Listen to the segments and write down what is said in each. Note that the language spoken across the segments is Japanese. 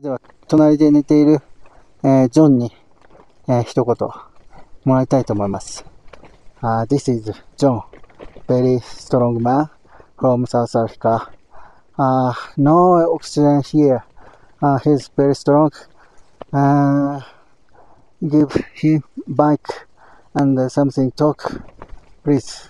では、隣で寝ている、ジョンに、一言もらいたいと思います。This is John, very strong man from South Africa. No oxygen here. He's very strong. Give him mic and something talk, please.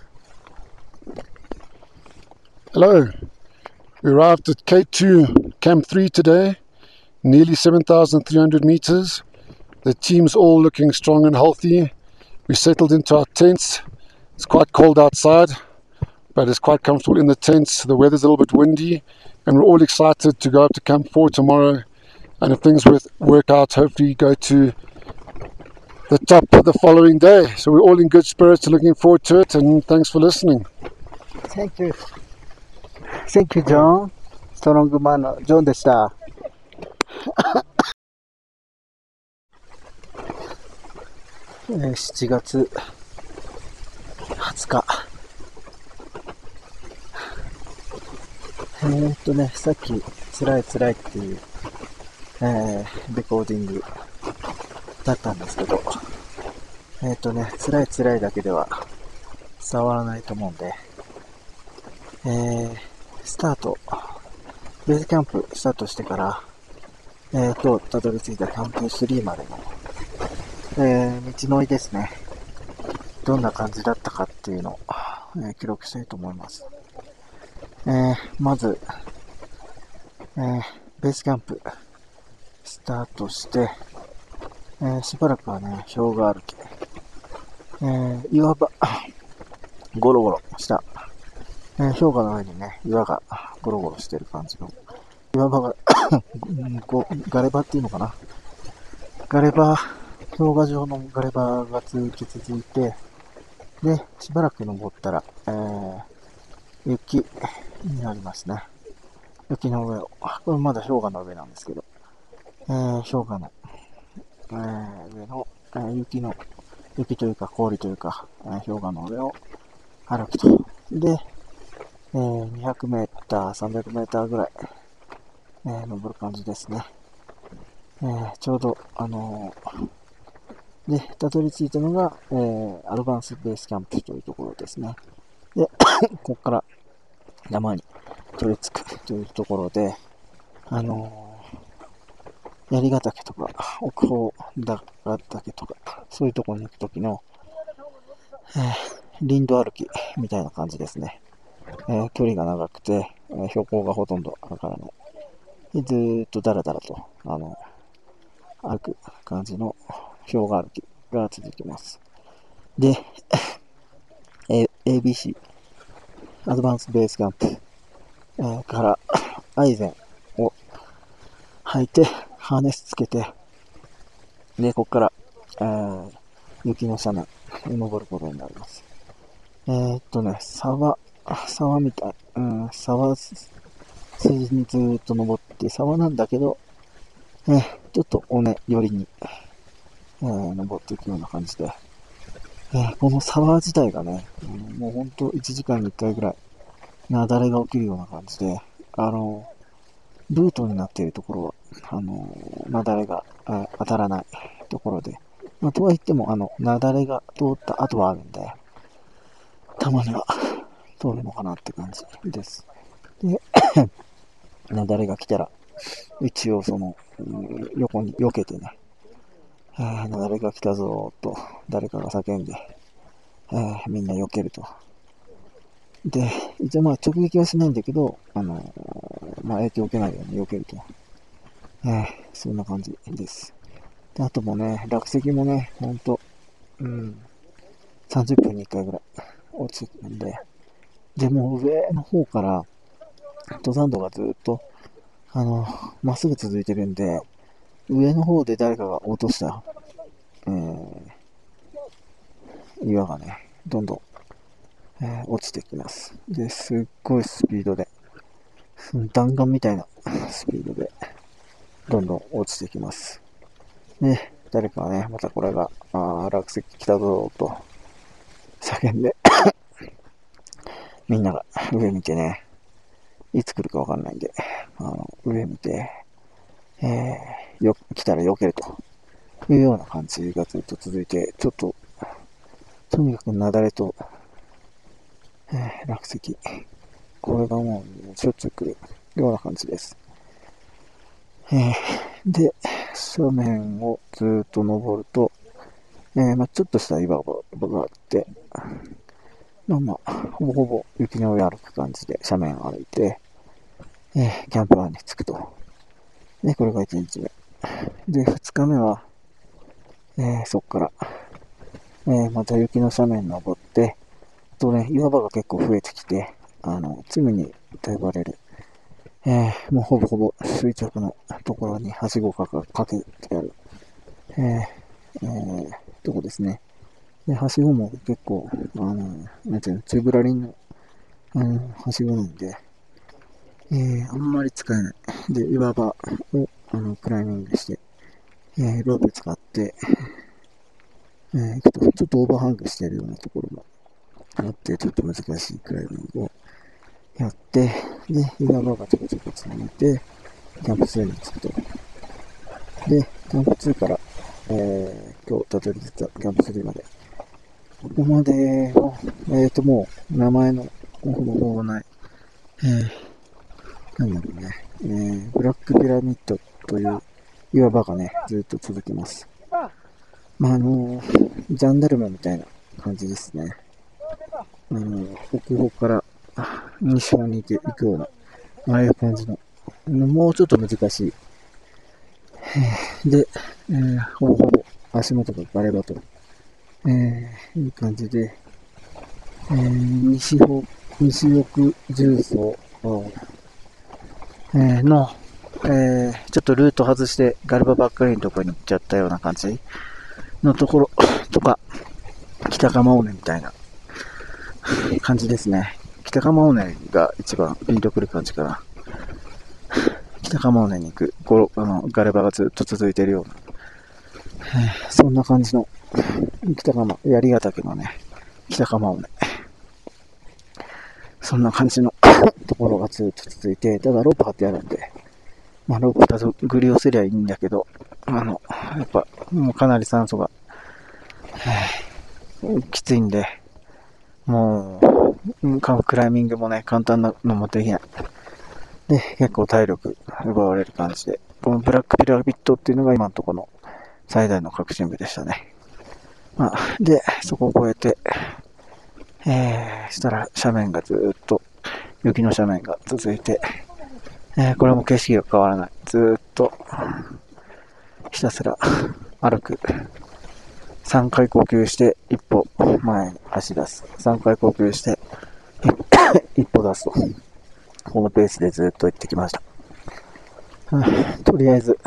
Hello. We arrived at K2 Camp 3 today, nearly 7,300 meters. The team's all looking strong and healthy. We settled into our tents. It's quite cold outside, but it's quite comfortable in the tents. The weather's a little bit windy, and we're all excited to go up to Camp 4 tomorrow. And if things work out, hopefully go to the top the following day. So we're all in good spirits, looking forward to it, and thanks for listening. Thank you. Thank you, John. ストロングマンのジョンでした。7月20日。さっき辛いっていう、レコーディングだったんですけど、辛いだけでは伝わらないと思うんで、スタート、ベースキャンプスタートしてから、今日たどり着いたキャンプ3までの、道のりですね。どんな感じだったかっていうのを、記録したいと思います。まず、ベースキャンプスタートして、しばらくはね、氷河歩き、岩場、ゴロゴロした、氷河の上にね、岩がゴロゴロしてる感じの岩場がガレ場っていうのかな、ガレ場、氷河状のガレ場が続いて、で、しばらく登ったら、雪になりますね。雪の上を、これまだ氷河の上なんですけど、氷河の、上の、雪というか氷というか、氷河の上を歩くと。で、200メーター、300メーターぐらい、登る感じですね。ちょうど、で、たどり着いたのが、アドバンスベースキャンプというところですね。で、ここから山に取り付くというところで、槍ヶ岳とか、奥方岳とか、そういうところに行くときの、林道歩きみたいな感じですね。距離が長くて、標高がほとんど上がらない。でずーっとだらだらと、歩く感じの氷河歩きが続きます。で、ABC、アドバンスベースキャンプ、からアイゼンを履いて、ハーネスつけて、で、ここから、雪の斜面に登ることになります。沢みたい、沢筋にずーっと登って、沢なんだけど、ちょっと尾根寄りに、登っていくような感じで、この沢自体がね、もうほんと1時間に1回ぐらい、雪崩が起きるような感じで、ルートになっているところは、雪崩が当たらないところで、とはいっても、雪崩が通った後はあるんで、たまには通るのかなって感じです。で、雪崩が来たら、一応横に避けてね、雪崩が来たぞーと、誰かが叫んで、みんな避けると。で、一応直撃はしないんだけど、影響を受けないように避けると。そんな感じです。で、あともね、落石もね、ほんと、30分に1回ぐらい落ちるんで、で、もう上の方から、登山道がずっと、まっすぐ続いてるんで、上の方で誰かが落とした、岩がね、どんどん、落ちてきます。で、すっごいスピードで、弾丸みたいなスピードで、どんどん落ちてきます。で、誰かがね、またこれが、落石来たぞーと、叫んで、みんなが上見てね、いつ来るかわかんないんで、上見て、 来たら避けるというような感じがずっと続いて、ちょっと、とにかく雪崩と、落石。これがもうしょっちゅう来るような感じです。で、斜面をずっと登ると、ちょっとした岩場があって、ほぼほぼ雪の上歩く感じで斜面を歩いて、キャンプ場に着くと。で、これが1日目。で、2日目は、そこから、また雪の斜面登って、あとね、岩場が結構増えてきて、積みにと呼ばれる、もうほぼほぼ垂直のところにはしごかけてある、とこですね。で、はしごも結構、なんていうの、チューブラリンの、はしごなんで、あんまり使えない。で、岩場を、クライミングして、ロープ使って、行くと、ちょっとオーバーハングしてるようなところもあって、ちょっと難しいクライミングをやって、で、岩場がちょこちょこ続いて、キャンプ2に着くと。で、キャンプ2から、今日たどり着いたキャンプ3まで。ここまでの、もう、名前のほぼほぼない、なんだろうね、ブラックピラミッドという岩場がね、ずっと続きます。ジャンダルムみたいな感じですね。北方から西側に行くような、ああいう感じの、もうちょっと難しい。で、ほぼほぼ足元がガレバと、いう感じで、西奥重曹の、ちょっとルート外してガルバばっかりのところに行っちゃったような感じのところとか、北鎌尾根みたいな感じですね。北鎌尾根が一番ピンとくる感じかな。北鎌尾根に行くガルバがずっと続いているような、そんな感じの槍ヶ岳のね、北鎌尾根。そんな感じのところがずっと続いて、ただロープ張ってあるんで、ロープたとぐり寄せりゃいいんだけど、やっぱ、もうかなり酸素が、きついんで、もう、クライミングもね、簡単なのもできない。で、結構体力奪われる感じで、このブラックピラミッドっていうのが今のところの最大の核心部でしたね。で、そこを越えて、したら斜面がずっと、雪の斜面が続いて、これも景色が変わらない。ずっと、ひたすら歩く。3回呼吸して一歩前に足出す。3回呼吸して一歩出すと。このペースでずっと行ってきました。とりあえず、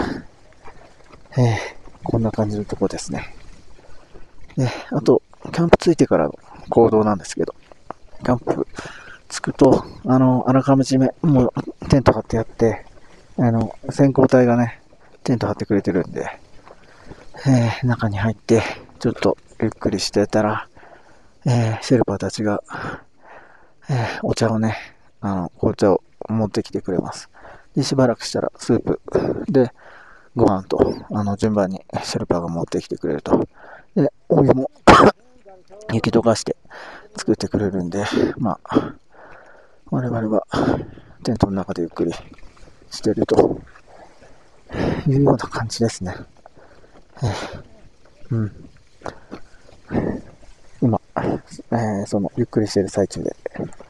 こんな感じのとこですね。あと、キャンプ着いてからの行動なんですけど、キャンプ着くと、あらかじめ、もうテント張ってやって、先行隊がね、テント張ってくれてるんで、中に入って、ちょっとゆっくりしてたら、シェルパーたちが、お茶をね、紅茶を持ってきてくれます。で、しばらくしたらスープで、ご飯と、順番にシェルパーが持ってきてくれると。で、お湯も雪溶かして作ってくれるんで、我々はテントの中でゆっくりしてるというような感じですね。今、そのゆっくりしてる最中で、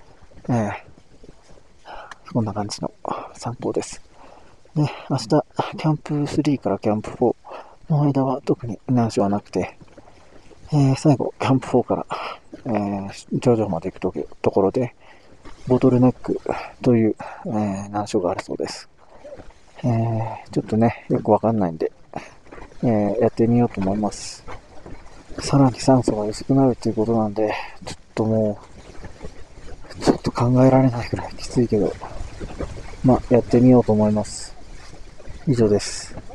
こんな感じの散歩です。で、明日、キャンプ3からキャンプ4の間は特に難所はなくて、最後、キャンプ4から、頂上まで行くところで、ボトルネックという、難所があるそうです。ちょっとね、よくわかんないんで、やってみようと思います。さらに酸素が薄くなるっていうことなんで、ちょっともう、ちょっと考えられないくらいきついけど、やってみようと思います。以上です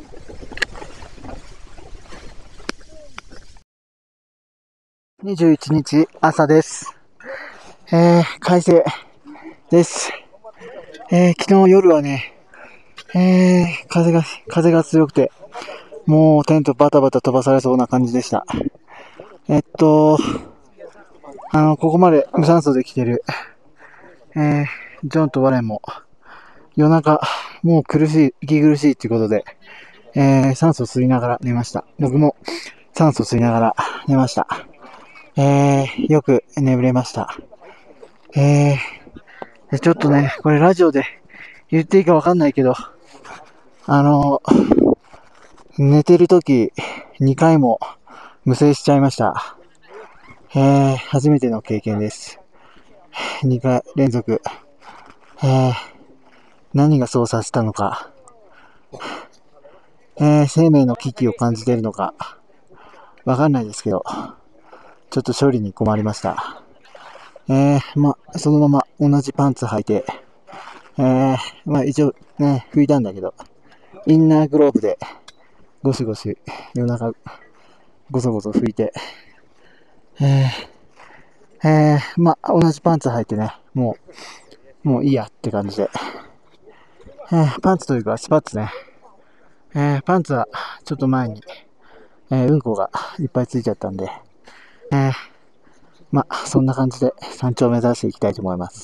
。21日朝です。快晴です。昨日夜はね、 風が強くて、もうテントバタバタ飛ばされそうな感じでした。ここまで無酸素で来てる、ジョンとワレンも、夜中、もう息苦しいっていうことで、酸素吸いながら寝ました。僕も酸素吸いながら寝ました。よく眠れました。ちょっとね、これラジオで言っていいかわかんないけど、寝てるとき2回も無制しちゃいました。初めての経験です。2回連続。何がそうさせたのか、生命の危機を感じているのか、わかんないですけど、ちょっと処理に困りました。そのまま同じパンツ履いて、一応ね、拭いたんだけど、インナーグローブでゴシゴシ夜中ゴソゴソ拭いて、同じパンツ履いてね、もういいやって感じで、パンツというかスパッツね、パンツはちょっと前に、うんこがいっぱいついちゃったんで、そんな感じで山頂を目指していきたいと思います。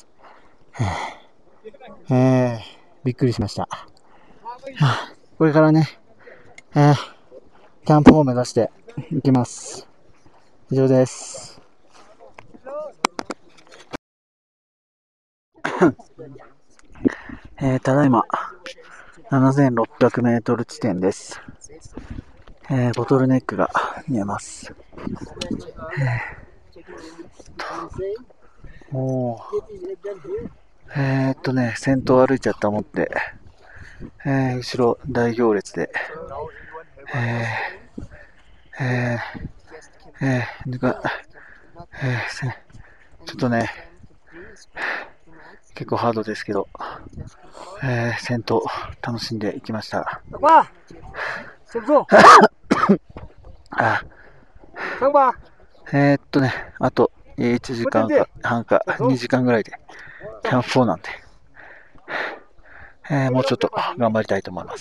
びっくりしました。これからね、キャンプを目指していきます。以上です。ただいま7600メートル地点です。ボトルネックが見えます。もう、先頭歩いちゃったもんで、後ろ大行列で、ちょっとね、結構ハードですけど、先頭楽しんでいきました。あと1時間半か2時間ぐらいでキャンプ4なんで、もうちょっと頑張りたいと思います。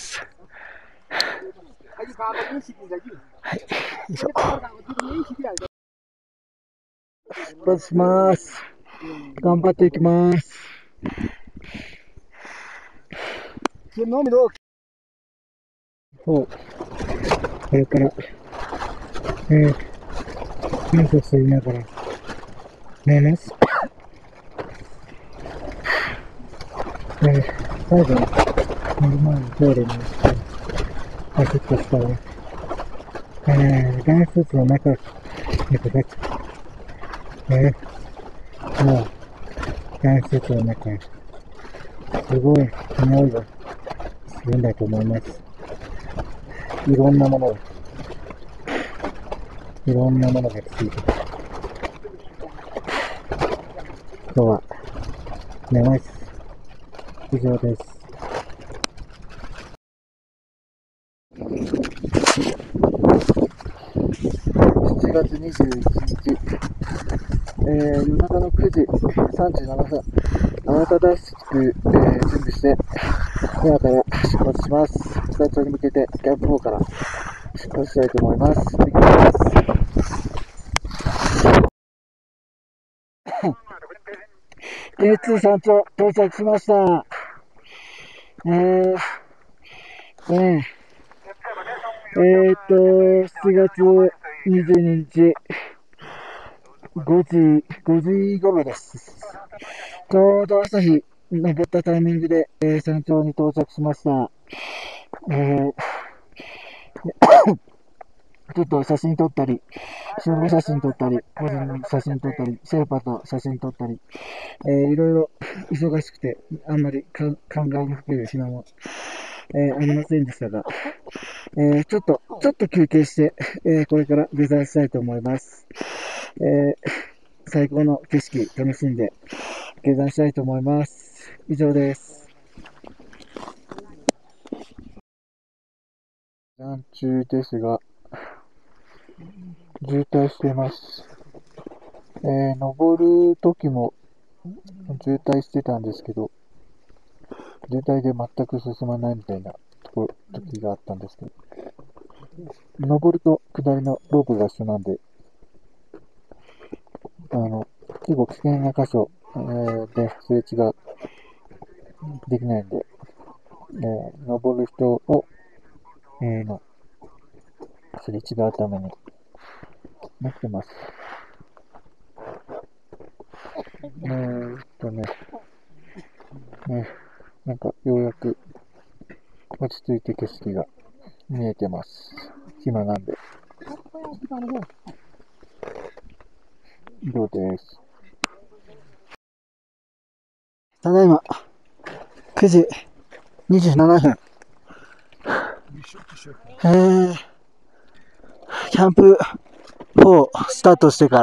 はい、以上。出発します。頑張っていきます。そう、これから、酸素吸いながら寝ます。最後に目の前のトイレに走ってきたら、ガンスーツの中にかかっちゃう。もう、ガンスーツの中、すごい匂いがするんだと思います。いろんなものがついてる。今日は寝ます。以上です。7月21日、夜中の9時37分、新た脱出、準備して、今から出発します。山頂に向けてキャンプ4から出発したいと思います。行きます。K2 山頂到着しました。7月22日、5時頃です。ちょうど朝日登ったタイミングで、山頂に到着しました。ちょっと写真撮ったり、集合写真撮ったり、個人の写真撮ったり、シェルパと写真撮ったり、いろいろ忙しくて、あんまり考えにふける暇も、ありませんでしたが、ちょっと休憩して、これから下山したいと思います。最高の景色楽しんで下山したいと思います。以上です。下山中ですが、渋滞しています。登る時も渋滞してたんですけど、 渋滞で全く進まないみたいな時があったんですけど、上ると下りのロープが一緒なんで、結構危険な箇所、ですれ違いできないんで、登る人を、すれ違うためになってます。なんかようやく落ち着いて景色が見えてます。暇なんで。以上です。ただいま、9時27分。キャンプ4スタートしてから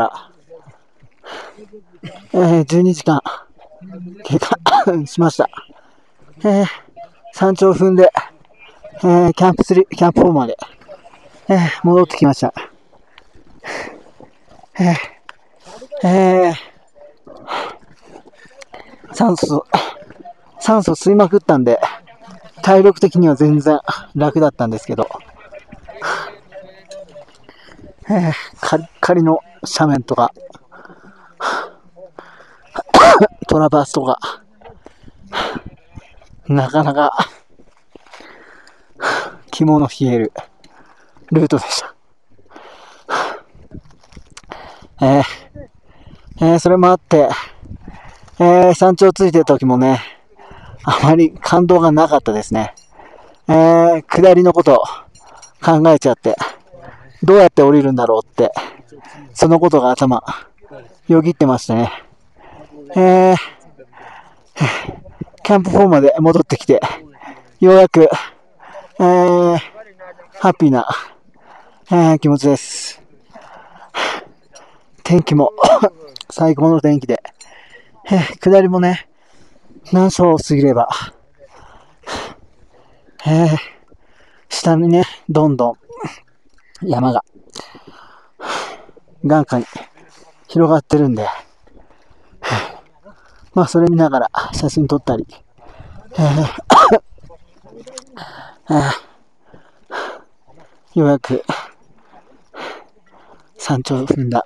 、12時間経過しました。山頂を踏んで、キャンプ3、キャンプ4まで、戻ってきました。酸素吸いまくったんで、体力的には全然楽だったんですけど、カリッカリの斜面とか、トラバースとか、なかなか肝の冷えるルートでした。それもあって、山頂ついてる時もね、あまり感動がなかったですね。下りのこと考えちゃって、どうやって降りるんだろうって、そのことが頭よぎってましたね。キャンプ4まで戻ってきて、ようやく、ハッピーな、気持ちです。天気も最高の天気で、下りもね、何章過ぎれば、下にね、どんどん山が眼下に広がってるんで、まあそれ見ながら写真撮ったり、ようやく山頂を踏んだ、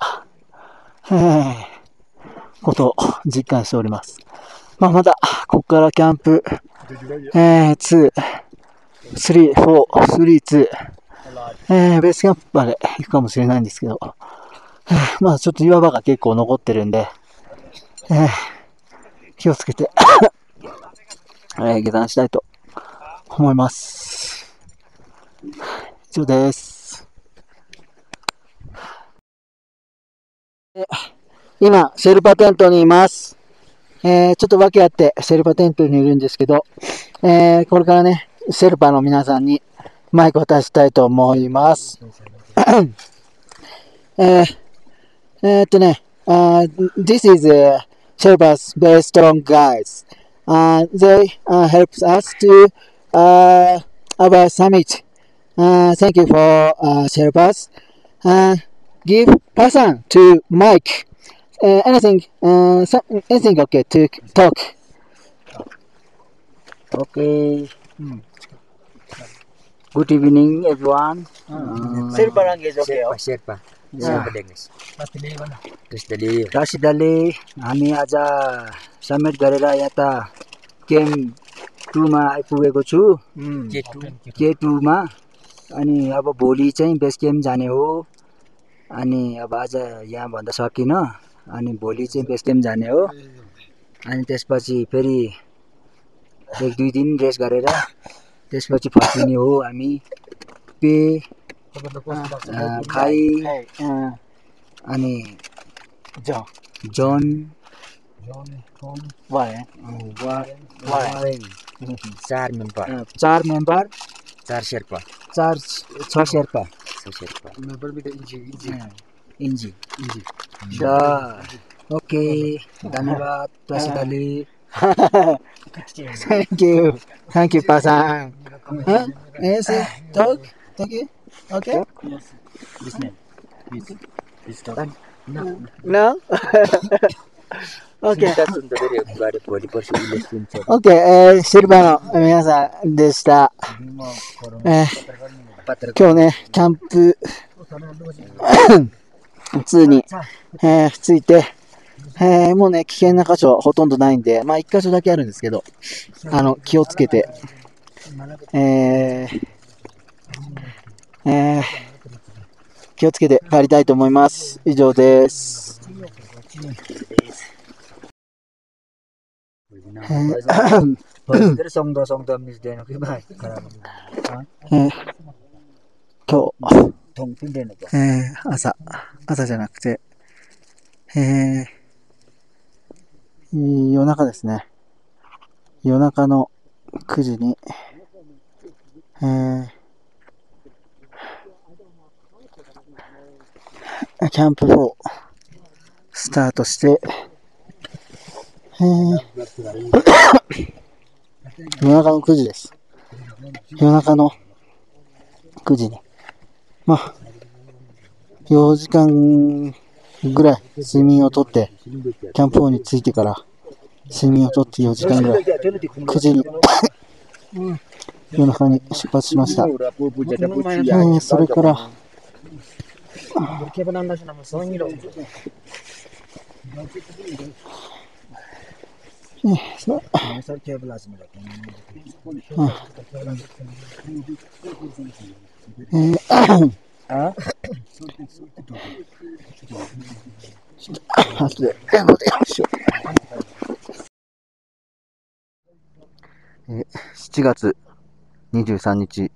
ことを実感しております。まあまだここからキャンプ、2、3、4、3、2、ベースキャンプまで行くかもしれないんですけど、まあちょっと岩場が結構残ってるんで、気をつけて下山したいと思います。以上です。今、シェルパテントにいます。ちょっと訳あってシェルパテントにいるんですけど、これからね、シェルパの皆さんにマイクを渡したいと思います。This is Sherpa's very strong guys. They help us to our summit. Thank you for Sherpa's. Give person to Mike. Anything okay to talk? Okay. Good evening, everyone. Sherpa language okay हो? Sherpa language. Rashid Ali, हामी आज समिट गरेर यता केम 2 मा आइपुगेको छु। K2 मा अनि अब भोलि चाहिँ बेस केम जाने हो। अनि अब आज यहाँ भन्दा सकिन अनि भोलि चाहिँ बेस केम जाने हो। अनि त्यसपछि फेरि 1-2 दिन रेस्ट गरेर त्यसपछि फर्किने हो हामी। पे खाई अनि जन वारेन 4 मेम्बर 4 शेर्पा 6 शेर्पा मेम्बर भी इंजी ओके धन्यवाद प्रसिद्ध अली Thank you, Pasang. Yes, talk. Thank you. Okay. This name. This talk. No. OK。 Cinta sundari yang ada body person ilis cinta. OK。シルバーの皆さんでした。今日ね、キャンプ2に、ついて、もうね、危険な箇所ほとんどないんで、まあ一箇所だけあるんですけど、気をつけて、気をつけて帰りたいと思います。以上です。今日、朝じゃなくて、夜中ですね。夜中の9時に、キャンプ4スタートして、夜中の9時です。夜中の9時に。まあ、4時間ぐらい睡眠をとって、キャンプ4に着いてから睡眠をとって4時間ぐらい、9時に夜中に出発しました。それから、7月23日、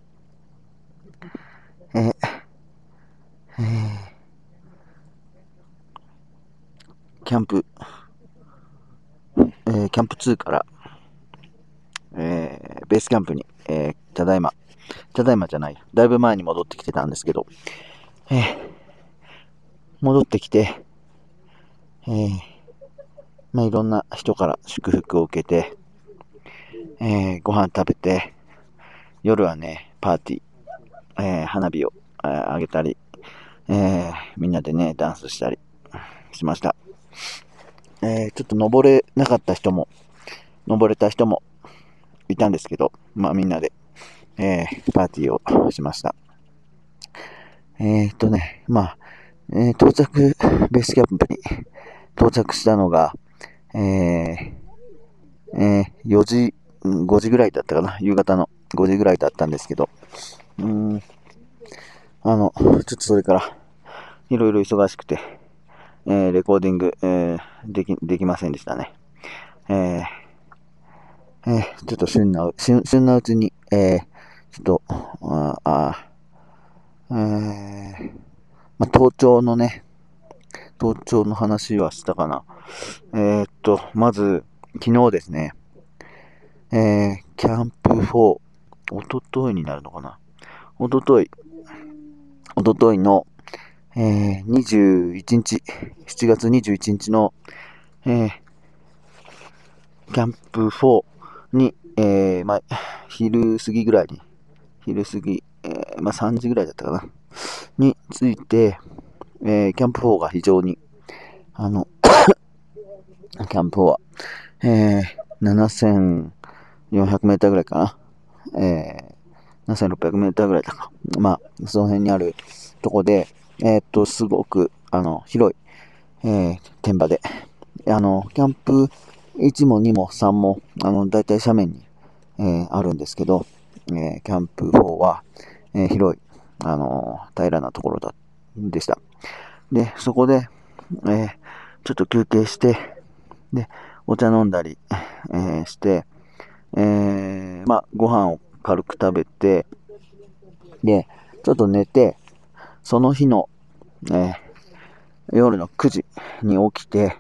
キャンプ2から、ベースキャンプに、ただいまじゃない、だいぶ前に戻ってきてたんですけど、戻ってきて、まあ、いろんな人から祝福を受けて、ご飯食べて、夜はね、パーティー、花火を、あげたり、みんなでね、ダンスしたりしました。ちょっと登れなかった人も、登れた人もいたんですけど、まあみんなで、パーティーをしました。まあ、ベースキャンプに到着したのが、4時、5時ぐらいだったかな。夕方の5時ぐらいだったんですけど、ちょっとそれから、いろいろ忙しくて、レコーディング、できませんでしたね。ちょっと旬なうちに、ちょっと、まあ、盗聴の話はしたかな。まず、昨日ですね、キャンプ4、おとといになるのかな。おとといの、21日、7月21日の、キャンプ4に、まあ、昼過ぎ、まあ、3時ぐらいだったかな、について、キャンプ4が非常に、キャンプ4は、7400メーターぐらいかな。7600メーターぐらいだか。まあ、その辺にあるとこで、すごく、広い、天場で、キャンプ1も2も3も、だいたい斜面に、あるんですけど、キャンプ4は、広い、平らなところでした。で、そこで、ちょっと休憩して、で、お茶飲んだり、して、まあ、ご飯を軽く食べて、で、ちょっと寝て、その日の、夜の9時に起きて、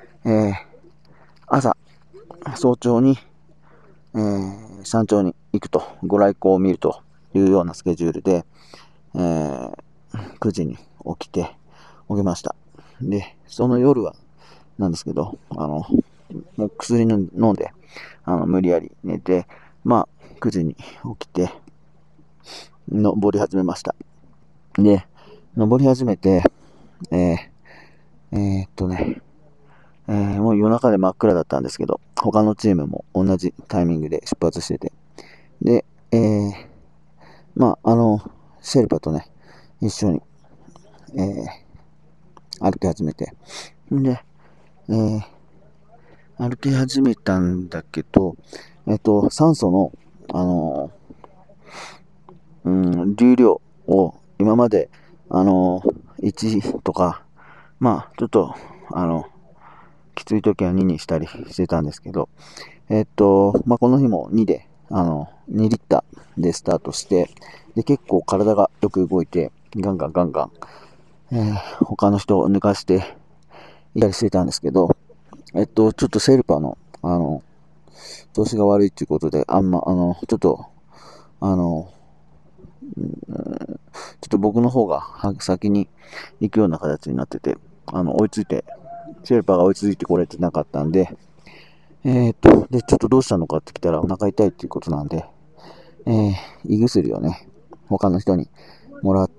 早朝に、山頂に行くと、ご来光を見るというようなスケジュールで、9時に起きました。で、その夜は、なんですけど、もう薬飲んで、無理やり寝て、まあ、9時に起きて、登り始めました。で、登り始めて、 もう夜中で真っ暗だったんですけど、他のチームも同じタイミングで出発してて、で、シェルパとね、一緒に、歩き始めて、で、歩き始めたんだけど、酸素の、流量を今まで、1とか、ちょっと、きつい時は2にしたりしてたんですけど、この日も2で、2リッターでスタートして、で、結構体がよく動いて、ガンガン、他の人を抜かしていたりしてたんですけど、ちょっとセルパの、調子が悪いっていうことで、ちょっと、ちょっと僕の方が先に行くような形になってて、セルパが追いついてこれてなかったんで、で、ちょっとどうしたのかって来たらお腹痛いっていうことなんで、胃薬をね、他の人にもらって、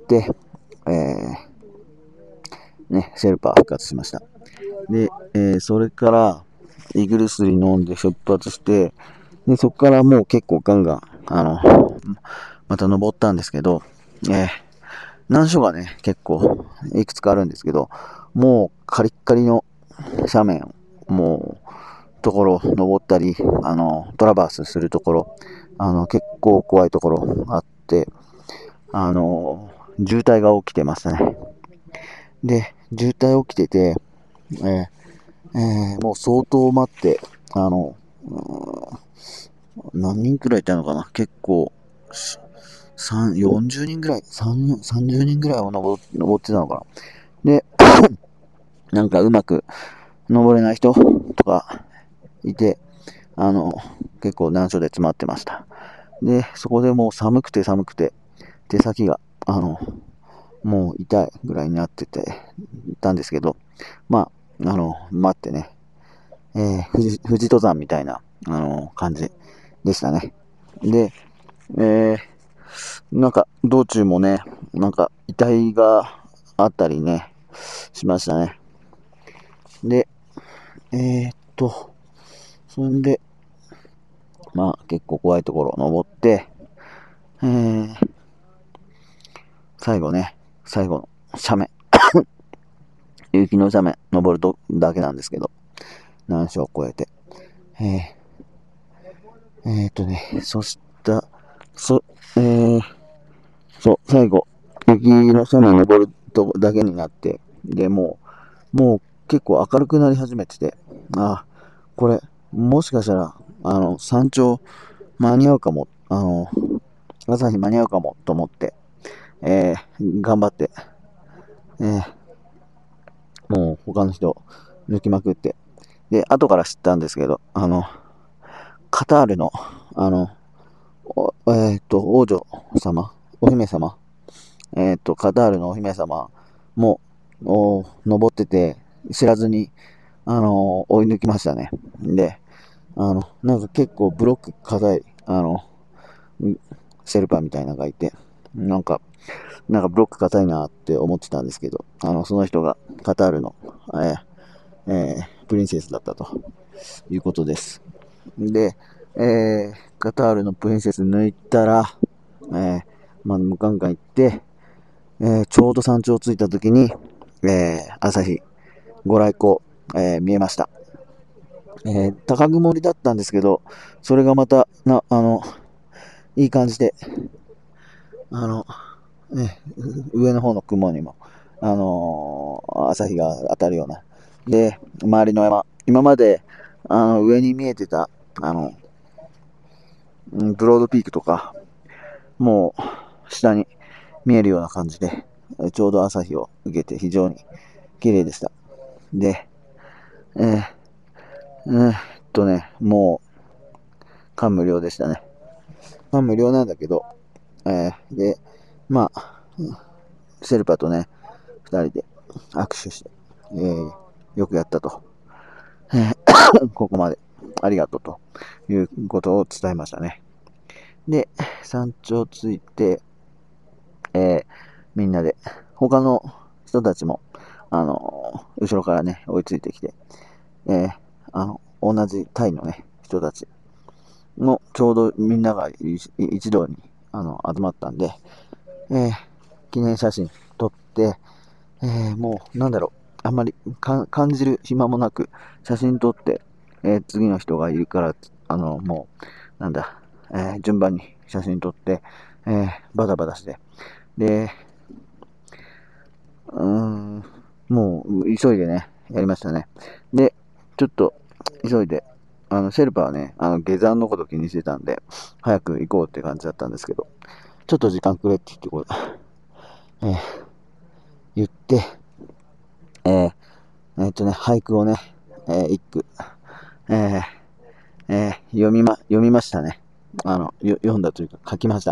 セルパ復活しました。で、それから、胃薬飲んで出発して、で、そこからもう結構ガンガン、また登ったんですけど、難所がね、結構、いくつかあるんですけど、もうカリッカリの斜面、ところ登ったり、トラバースするところ、結構怖いところあって、渋滞が起きてましたね。で、渋滞起きてて、もう相当待って、何人くらいいたのかな、結構、40人ぐらい、30人ぐらいを登ってたのかな。で、なんかうまく登れない人とかいて、結構難所で詰まってました。で、そこでもう寒くて、手先が、もう痛いぐらいになってたんですけど、待ってね、富士登山みたいな、感じでしたね。で、なんか、道中もね、なんか、遺体があったりね、しましたね。で、そんで、結構怖いところを登って、最後の斜面、雪の斜面登るだけなんですけど、難所を越えて、そした、そ、えー、最後、雪の斜面登るだけになって、で、もう結構明るくなり始めてて、これ、もしかしたら、山頂間に合うかも、朝日間に合うかもと思って、頑張って、もう他の人抜きまくって、で、後から知ったんですけど、カタールの、王女様、お姫様、カタールのお姫様も、登ってて、知らずに、追い抜きましたね。で、なんか結構ブロック硬い、シェルパみたいなのがいて、なんかブロック硬いなって思ってたんですけど、その人がカタールの、プリンセスだったということです。で、カタールのプリンセス抜いたら、ガンガン行って、ちょうど山頂着いた時に、朝日ご来光、見えました。高曇りだったんですけど、それがまた、いい感じで、上の方の雲にも、朝日が当たるような。で、周りの山、今まで、上に見えてた、ブロードピークとか、もう、下に見えるような感じで、ちょうど朝日を受けて非常に綺麗でした。で、もう、感無量でしたね。感無量なんだけど、で、シェルパとね、二人で握手して、よくやったと。ここまでありがとうということを伝えましたね。で、山頂着いて、みんなで、他の人たちも、後ろからね、追いついてきて、 同じタイのね、人たちの、ちょうどみんなが一堂に、集まったんで、記念写真撮って、もう、なんだろう、あんまり感じる暇もなく、写真撮って、次の人がいるから、もう、なんだ、順番に写真撮って、バタバタして、で、もう、急いでね、やりましたね。で、ちょっと、急いで、シェルパはね、下山のこと気にしてたんで、早く行こうって感じだったんですけど、ちょっと時間くれって言ってこう、言って、俳句をね、一句、読みましたね。読んだというか書きました。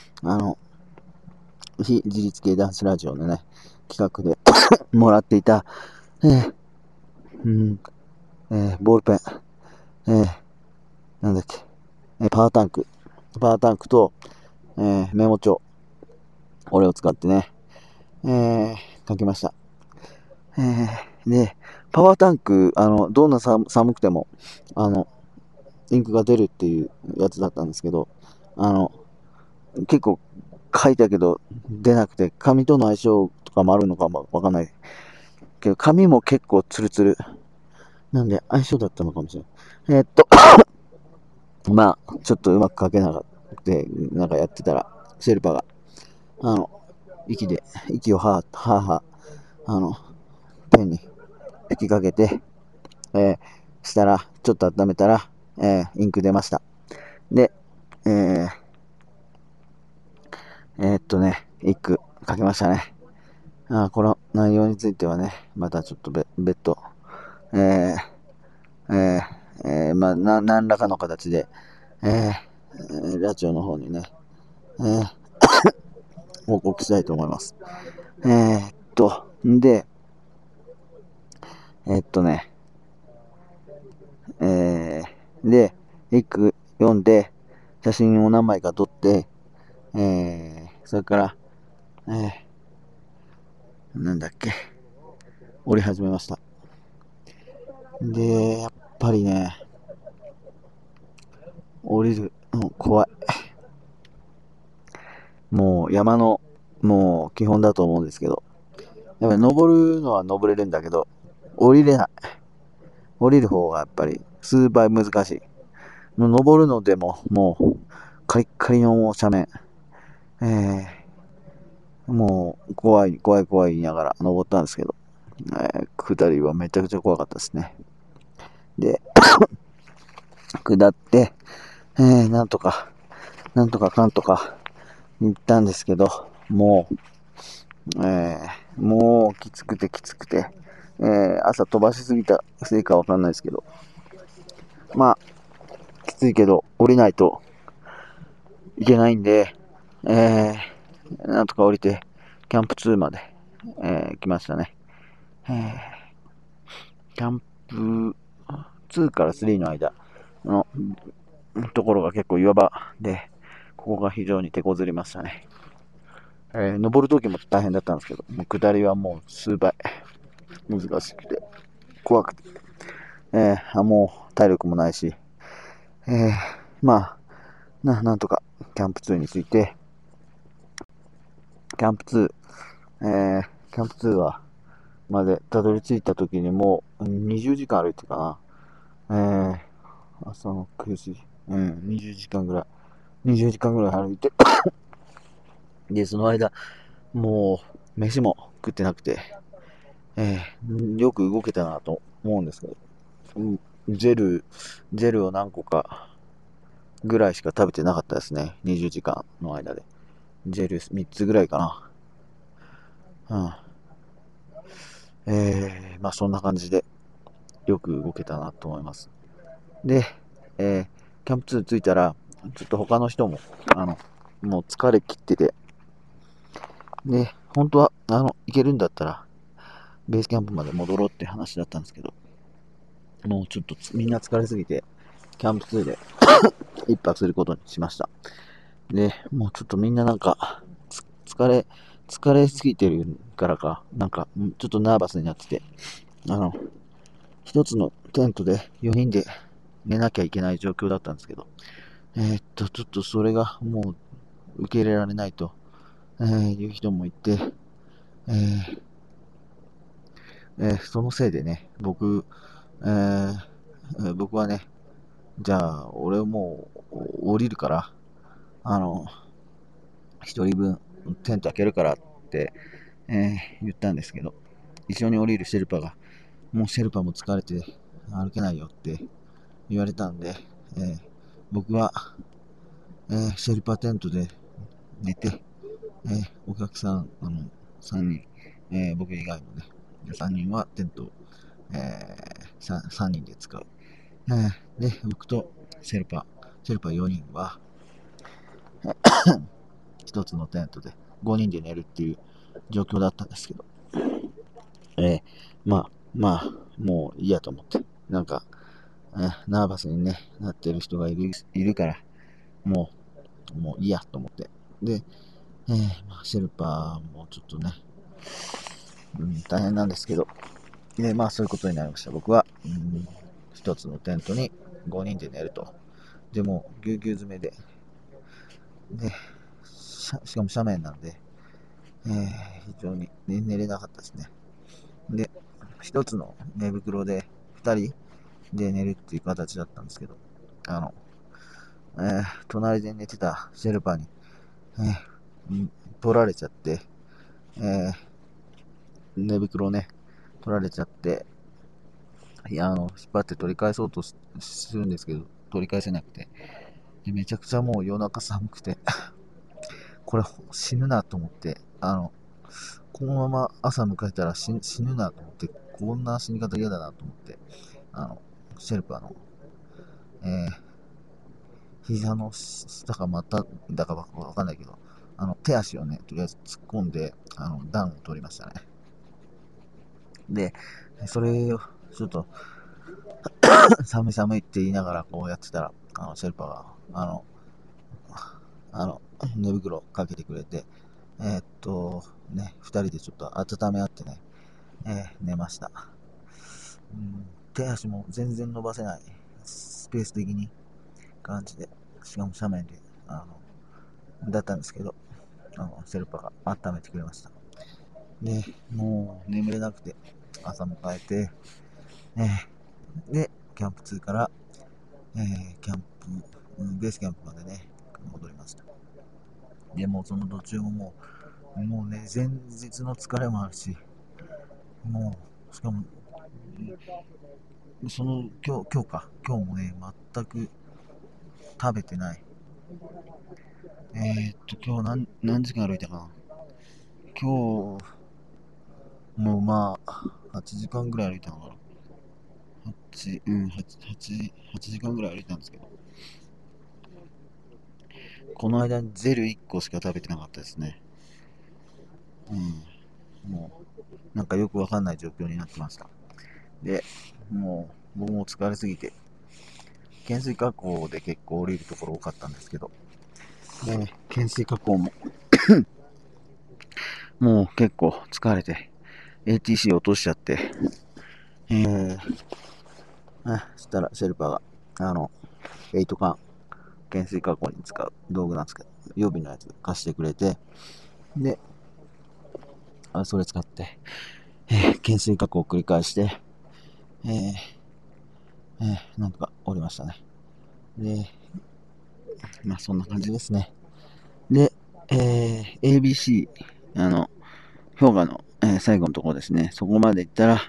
非自立系ダンスラジオのね、企画でもらっていた、ボールペン、なんだっけ、パワータンクと、メモ帳、これを使ってね、書きました。で、パワータンク、どんな寒くても、インクが出るっていうやつだったんですけど、結構書いたけど出なくて、紙との相性とかもあるのかもわかんないけど、紙も結構ツルツルなんで相性だったのかもしれない。まあ、ちょっとうまく書けなかった。なんかやってたら、シェルパが、息をはぁ、ペンに吹きかけて、したら、ちょっと温めたら、インク出ました。で、一句書きましたね。この内容についてはね、またちょっと別途、まあ、何らかの形で、ラジオの方にね、報告したいと思います。で、で、一句読んで、写真を何枚か撮って、それから、なんだっけ、折り始めました。で、やっぱりね、降りるの怖い。もう山の、もう基本だと思うんですけど、やっぱり登るのは登れるんだけど、降りれない。降りる方がやっぱり数倍難しい。登るのでも、もう、カリッカリの斜面。もう、怖い言いながら登ったんですけど、下りはめちゃくちゃ怖かったですね。で、下って、なんとかかんとか行ったんですけど、もうきつくて、朝飛ばしすぎたせいかわかんないですけど、まあ、きついけど降りないといけないんで、なんとか降りて、キャンプ2まで、来ましたね。キャンプ2から3の間のところが結構岩場で、ここが非常に手こずりましたね。登るときも大変だったんですけど、もう下りはもう数倍難しくて、怖くて、もう体力もないし、まあ、なんとかキャンプ2について、キャンプ2は、までたどり着いたときにもう20時間歩いてかな。朝の9時、20時間ぐらい、歩いて、で、その間、もう、飯も食ってなくて、よく動けたなと思うんですけど、ジェルを何個かぐらいしか食べてなかったですね。20時間の間で。ジェル3つぐらいかな。まあそんな感じで、よく動けたなと思います。で、キャンプ2着いたら、ちょっと他の人も、もう疲れ切ってて、で、本当は、行けるんだったら、ベースキャンプまで戻ろうって話だったんですけど、もうちょっとみんな疲れすぎて、キャンプ2で一泊することにしました。で、もうちょっとみんななんか、疲れすぎてるからか、なんか、ちょっとナーバスになってて、一つのテントで4人で寝なきゃいけない状況だったんですけど、ちょっとそれがもう受け入れられないと、いう人もいて、そのせいでね、僕はね、じゃあ、俺もう降りるから、一人分テント開けるからって、言ったんですけど、一緒に降りるシェルパが、もうシェルパも疲れて歩けないよって言われたんで、僕は、シェルパテントで寝て、お客さん、3人、僕以外のね、3人はテントを、3人で使う。で、僕とシェルパ4人は、一つのテントで5人で寝るっていう状況だったんですけど、まあ、もういいやと思って、なんか、ナーバスにね、なってる人がいるから、もういいやと思って。で、シェルパーもちょっとね、大変なんですけど、で、そういうことになりました。僕は、一つのテントに5人で寝ると。でも、ぎゅうぎゅう詰めで、しかも斜面なんで、非常に、寝れなかったですね。で、一つの寝袋で2人で寝るっていう形だったんですけど、隣で寝てたシェルパーに、取られちゃって、寝袋ね、取られちゃって、引っ張って取り返そうとするんですけど、取り返せなくて、でめちゃくちゃもう夜中寒くて、これ死ぬなと思って、このまま朝迎えたら死ぬなと思って、こんな死に方嫌だなと思って、シェルパーの、膝の下か股だかわかんないけど、手足をね、とりあえず突っ込んで、暖を取りましたね。で、それを、ちょっと、寒いって言いながらこうやってたら、シェルパが、寝袋かけてくれて、二人でちょっと温め合ってね、寝ました。手足も全然伸ばせない、スペース的に感じで、しかも斜面で、だったんですけど、シェルパが温めてくれました。で、もう眠れなくて、朝迎えて、で、キャンプ2から、ベースキャンプまでね、戻りました。で、もうその途中ももうね、前日の疲れもあるし、しかも、今日もね、全く食べてない。今日何時間歩いたかな。今日、もう8時間ぐらい歩いたのかな。8時間ぐらい歩いたんですけど、この間にゼル1個しか食べてなかったですね。もう、なんかよくわかんない状況になってました。で、もう、僕も疲れすぎて、懸垂加工で結構降りるところ多かったんですけど、懸垂加工ももう結構疲れて、ATC 落としちゃって、そしたらシェルパが、8缶、懸垂加工に使う道具なんですけど、予備のやつ貸してくれて、で、それ使って、懸垂加工を繰り返して、なんとか降りましたね。で、そんな感じですね。で、ABC、氷河の、最後のところですね。そこまで行ったら、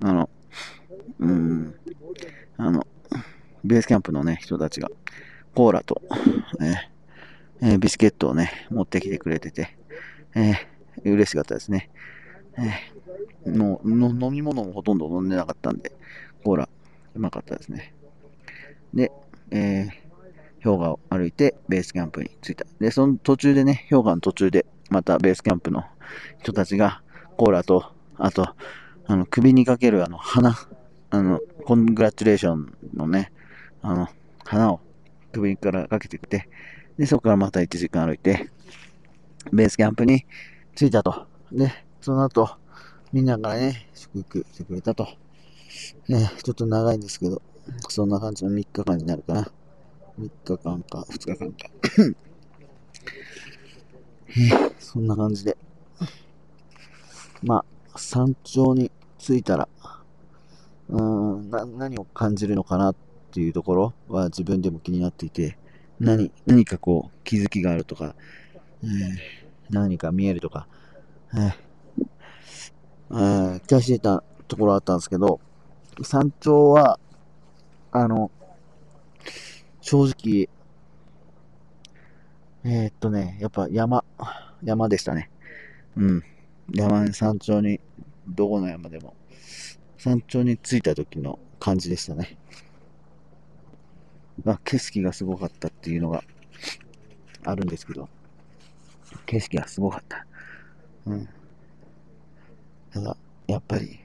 ベースキャンプのね、人たちが、コーラと、ビスケットをね、持ってきてくれてて、嬉しかったですね。飲み物もほとんど飲んでなかったんで、コーラ、うまかったですね。で、氷河を歩いてベースキャンプに着いた。で、その途中でね、氷河の途中で、またベースキャンプの人たちが、コーラと、あと、首にかける花、コングラチュレーションのね、花を首からかけてきて、で、そこからまた1時間歩いて、ベースキャンプに着いたと。で、その後、みんなからね、祝福してくれたとね、ちょっと長いんですけど、そんな感じの3日間になるかな。3日間か2日間か。そんな感じで。まあ、山頂に着いたら、何を感じるのかなっていうところは自分でも気になっていて、何かこう気づきがあるとか、何か見えるとか、期待していたところあったんですけど、山頂は、正直、やっぱ山でしたね。うん。山頂に、どこの山でも、山頂に着いた時の感じでしたね。景色がすごかったっていうのがあるんですけど、景色がすごかった。うん。ただ、やっぱり、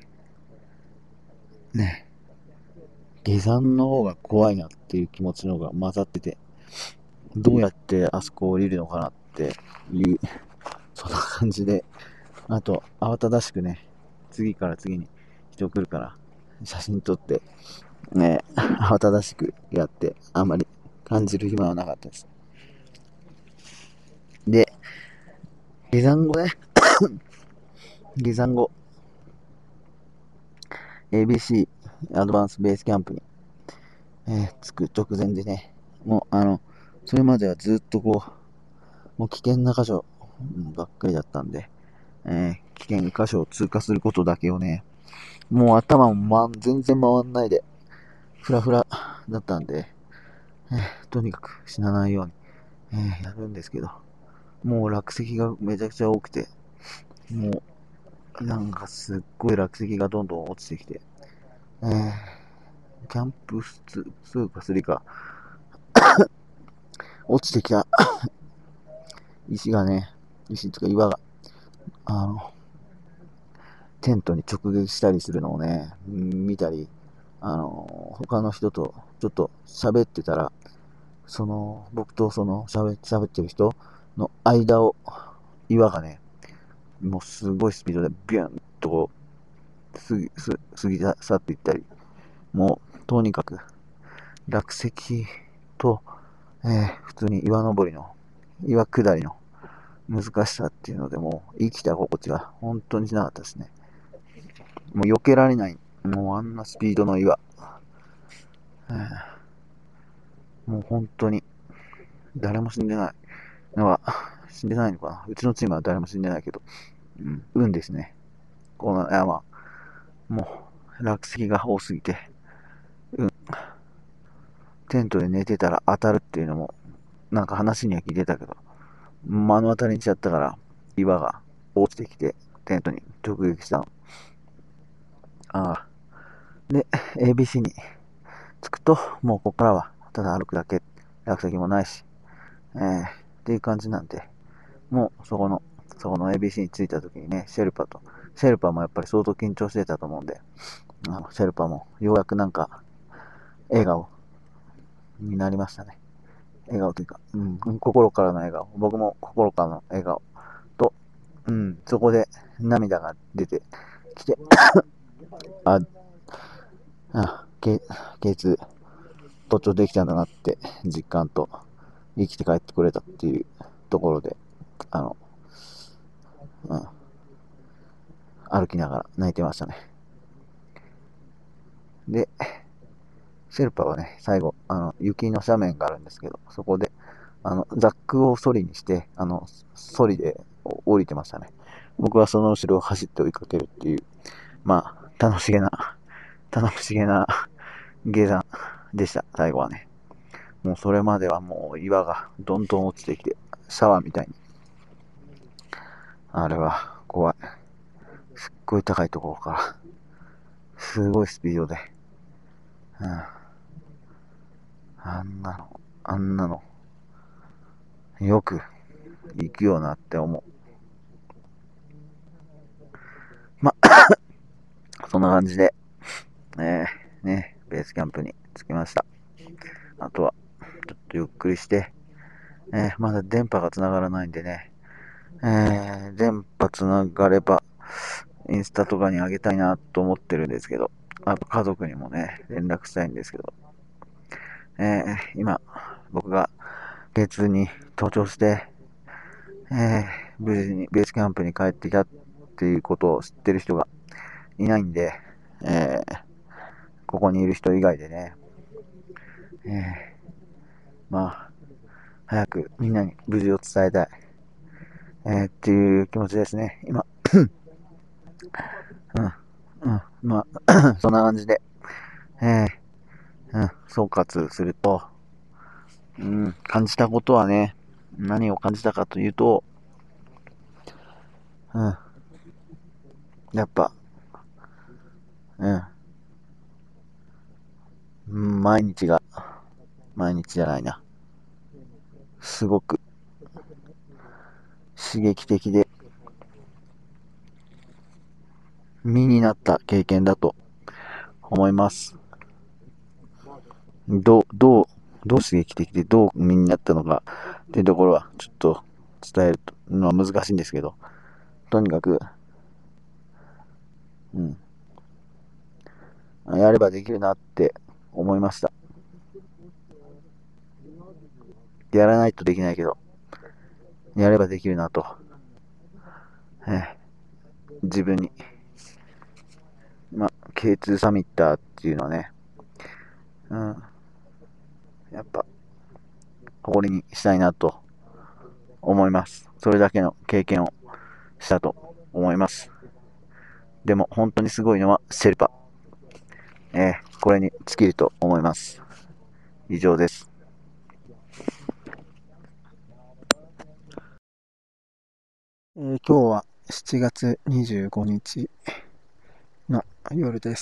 ね、下山の方が怖いなっていう気持ちの方が混ざってて、どうやってあそこ降りるのかなっていう、そんな感じで、あと、慌ただしくね、次から次に人来るから、写真撮って、ね、慌ただしくやって、あんまり感じる暇はなかったです。で、下山後ね、下山後、ABC アドバンスベースキャンプに、着く直前でね、もうそれまではずっとこう、もう危険な箇所ばっかりだったんで、危険箇所を通過することだけをね、もう頭も、全然回んないで、フラフラだったんで、とにかく死なないように、やるんですけど、もう落石がめちゃくちゃ多くて、もう、なんかすっごい落石がどんどん落ちてきて、キャンプ2か3か、落ちてきた石とか岩が、テントに直撃したりするのをね、見たり、他の人とちょっと喋ってたら、僕と喋ってる人の間を、岩がね、もうすごいスピードでビュンとこう、過ぎ去っていったり、もう、とにかく、落石と、普通に岩下りの難しさっていうので、もう、生きた心地が本当にしなかったですね。もう避けられない、もうあんなスピードの岩。もう本当に、誰も死んでないのは、死んでないのかな。うちのチームは誰も死んでないけど、運ですね。この山、もう、落石が多すぎて、テントで寝てたら当たるっていうのも、なんか話には聞いてたけど、目の当たりにしちゃったから、岩が落ちてきて、テントに直撃したの。で、ABC に着くと、もうここからは、ただ歩くだけ、落石もないし、っていう感じなんで、もうそこの ABC に着いた時にね、シェルパもやっぱり相当緊張してたと思うんで、シェルパもようやくなんか、笑顔になりましたね。笑顔というか、心からの笑顔。僕も心からの笑顔と、そこで涙が出てきて、あ、K2、登頂できたんだなって実感と、生きて帰ってくれたっていうところで、あの、うん、歩きながら泣いてましたね。で、シェルパはね、最後、雪の斜面があるんですけど、そこで、ザックをソリにして、ソリで降りてましたね。僕はその後ろを走って追いかけるっていう、まあ、楽しげな下山でした、最後はね。もうそれまではもう岩がどんどん落ちてきて、シャワーみたいに。あれは怖い。すっごい高いところから、すごいスピードで、あんなの、よく行くよなって思う。そんな感じで、ベースキャンプに着きました。あとは、ちょっとゆっくりして、まだ電波が繋がらないんでね、電波繋がれば、インスタとかにあげたいなと思ってるんですけど、 家族にもね、連絡したいんですけど、今、僕がK2に登頂して、無事にベースキャンプに帰ってきたっていうことを知ってる人がいないんで、ここにいる人以外でね、早くみんなに無事を伝えたい、っていう気持ちですね、今。そんな感じで、総括すると、感じたことはね、何を感じたかというと、やっぱ、毎日じゃないな。すごく刺激的で、身になった経験だと思います。どう刺激的でどう身になったのかっていうところはちょっと伝えるのは難しいんですけど、とにかく、やればできるなって思いました。やらないとできないけど、やればできるなと、自分に、K2 サミッターっていうのはね、やっぱ誇りにしたいなと思います。それだけの経験をしたと思います。でも本当にすごいのはシェルパ。これに尽きると思います。以上です。今日は7月25日の夜です。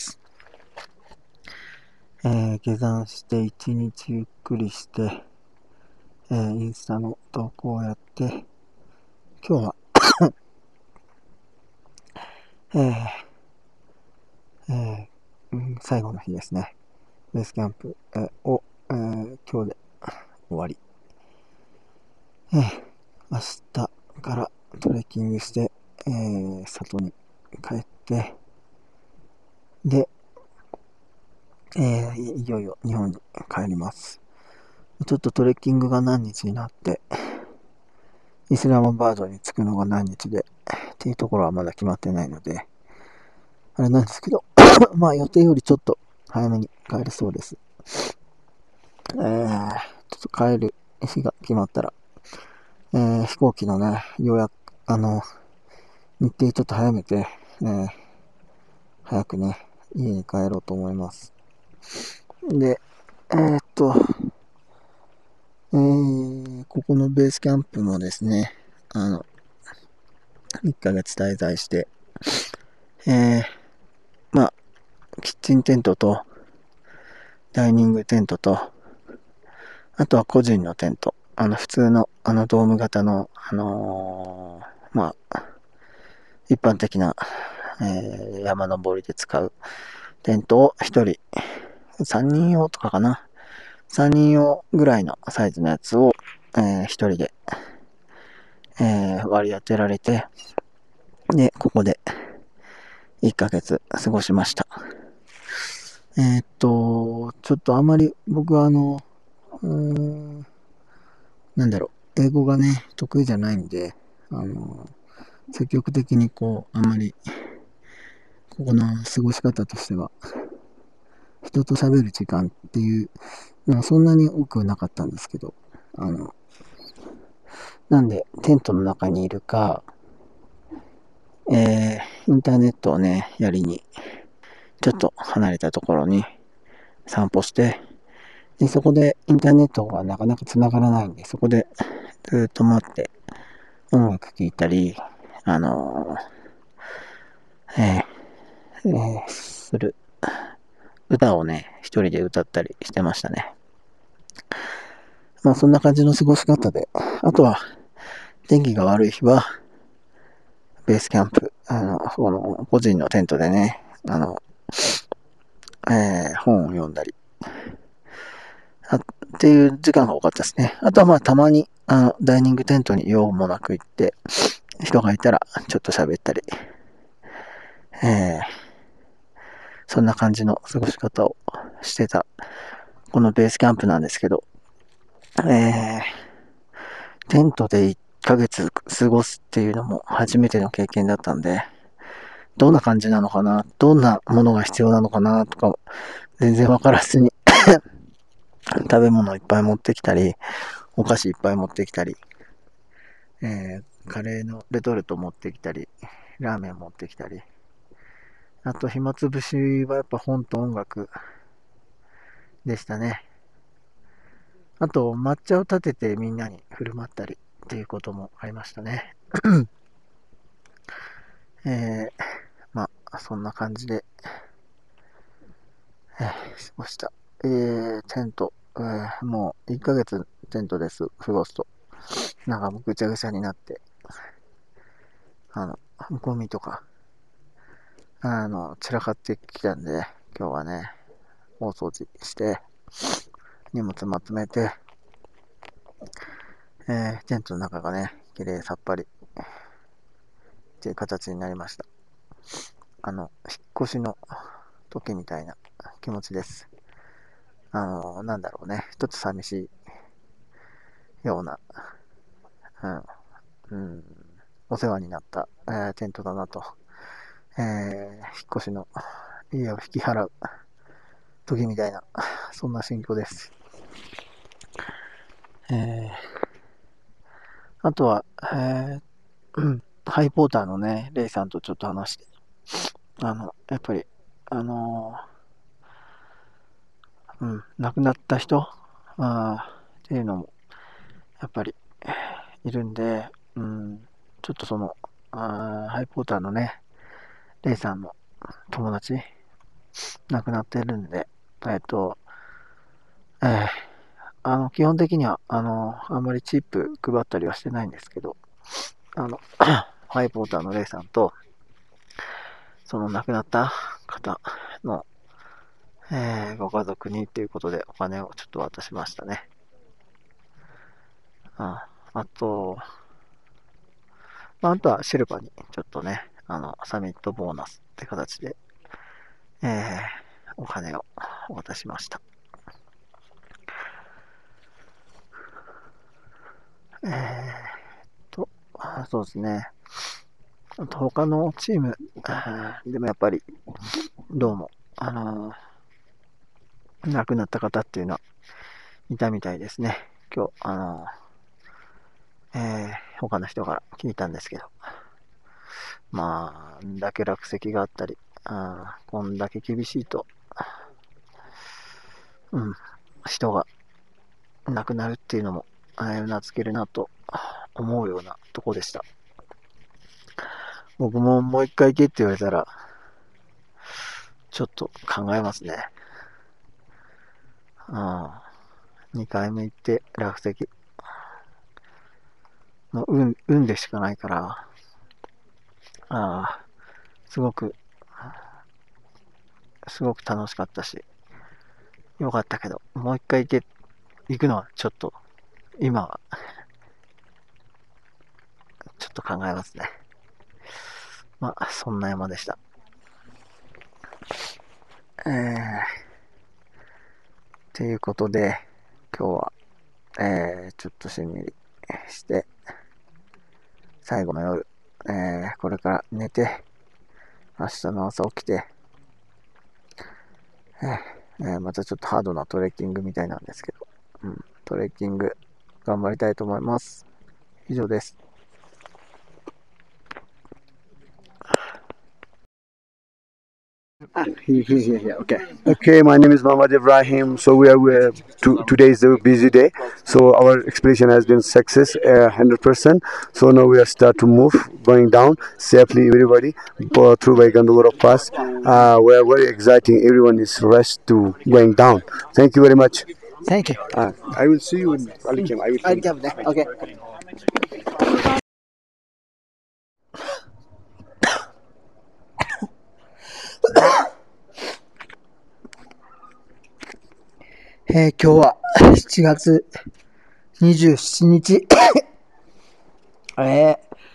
下山して一日ゆっくりして、インスタの投稿をやって、今日は最後の日ですね。ベースキャンプ、を、今日で終わり。明日からトレッキングして、里に帰って、で、いよいよ日本に帰ります。ちょっとトレッキングが何日になって、イスラマバードに着くのが何日で、っていうところはまだ決まってないので、あれなんですけど、予定よりちょっと早めに帰れそうです。ちょっと帰る日が決まったら、飛行機のね、予約、日程ちょっと早めて、早くね、家に帰ろうと思います。で、ここのベースキャンプもですね、1ヶ月滞在して、キッチンテントと、ダイニングテントと、あとは個人のテント、普通の、ドーム型の、一般的な、山登りで使うテントを1人、3人用とかかな。3人用ぐらいのサイズのやつを、1人で、割り当てられて、で、ここで1ヶ月過ごしました。ちょっとあまり僕は英語がね、得意じゃないんで、積極的にあんまり、ここの過ごし方としては、人と喋る時間っていうのはそんなに多くなかったんですけど、なんで、テントの中にいるか、インターネットをね、やりに、ちょっと離れたところに散歩して、でそこでインターネットがなかなか繋がらないんで、そこでずっと待って音楽聴いたり、する。歌をね、一人で歌ったりしてましたね。そんな感じの過ごし方で、あとは、天気が悪い日は、ベースキャンプ、個人のテントでね、本を読んだり、っていう時間が多かったですね。あとはたまに、ダイニングテントに用もなく行って、人がいたらちょっと喋ったり、 そんな感じの過ごし方をしてた、このベースキャンプなんですけど、テントで1ヶ月過ごすっていうのも初めての経験だったんで、どんな感じなのかな、どんなものが必要なのかなとか、全然わからずに食べ物いっぱい持ってきたり、お菓子いっぱい持ってきたり、カレーのレトルト持ってきたり、ラーメン持ってきたり、あと暇つぶしはやっぱ本と音楽でしたね。あと抹茶を立ててみんなに振る舞ったりっていうこともありましたね。まあそんな感じで、過ごした。テント、もう1ヶ月テントです過ごすと、なんかもうぐちゃぐちゃになって、ゴミとか、散らかってきたんで、今日はね、大掃除して、荷物まとめて、テントの中がね、綺麗さっぱりっていう形になりました。引っ越しの時みたいな気持ちです。なんだろうね、一つ寂しいような、お世話になった、テントだなと、引っ越しの家を引き払う時みたいな、そんな心境です。あとは、ハイポーターのね、レイさんとちょっと話して、やっぱり、亡くなった人っていうのも、やっぱり、いるんで、ちょっとその、ハイポーターのね、レイさんの友達、亡くなってるんで、基本的には、あんまりチップ配ったりはしてないんですけど、ハイポーターのレイさんと、その亡くなった方の、ご家族にっていうことでお金をちょっと渡しましたね。あとはシルバーにちょっとね、サミットボーナスって形で、お金を渡しました。そうですね。あと他のチームでもやっぱりどうも亡くなった方っていうのはいたみたいですね。今日他の人から聞いたんですけど、まあだけ落石があったり、こんだけ厳しいと、人が亡くなるっていうのもうなずけるなと思うようなとこでした。僕ももう一回行けって言われたらちょっと考えますね。2回目行って落石、もう運でしかないから、すごく楽しかったしよかったけど、もう一回行くのはちょっと今はちょっと考えますね。まあそんな山でした。っていうことで今日は、ちょっとしんみりして最後の夜、これから寝て明日の朝起きて、またちょっとハードなトレッキングみたいなんですけど、トレッキング頑張りたいと思います。以上です。 Okay. Okay, my name is Muhammad Ibrahim. So today is a busy day. So our expedition has been success 100%. So now we are start to move, going down safely. Everybody through by Gandavara Pass. We are very exciting. Everyone is rushed to going down. Thank you very much. Thank you. I will see you in Alikem. I will come. Okay. 今日は7月27日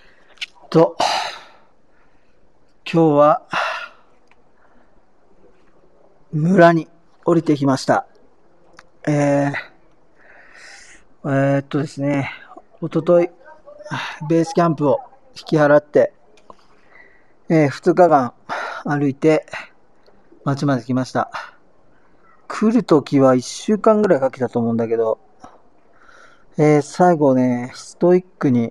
今日は村に降りてきました。ですね、おととい、ベースキャンプを引き払って、2日間歩いて町まで来ました。来るときは1週間ぐらいかけたと思うんだけど、最後ね、ストイックに、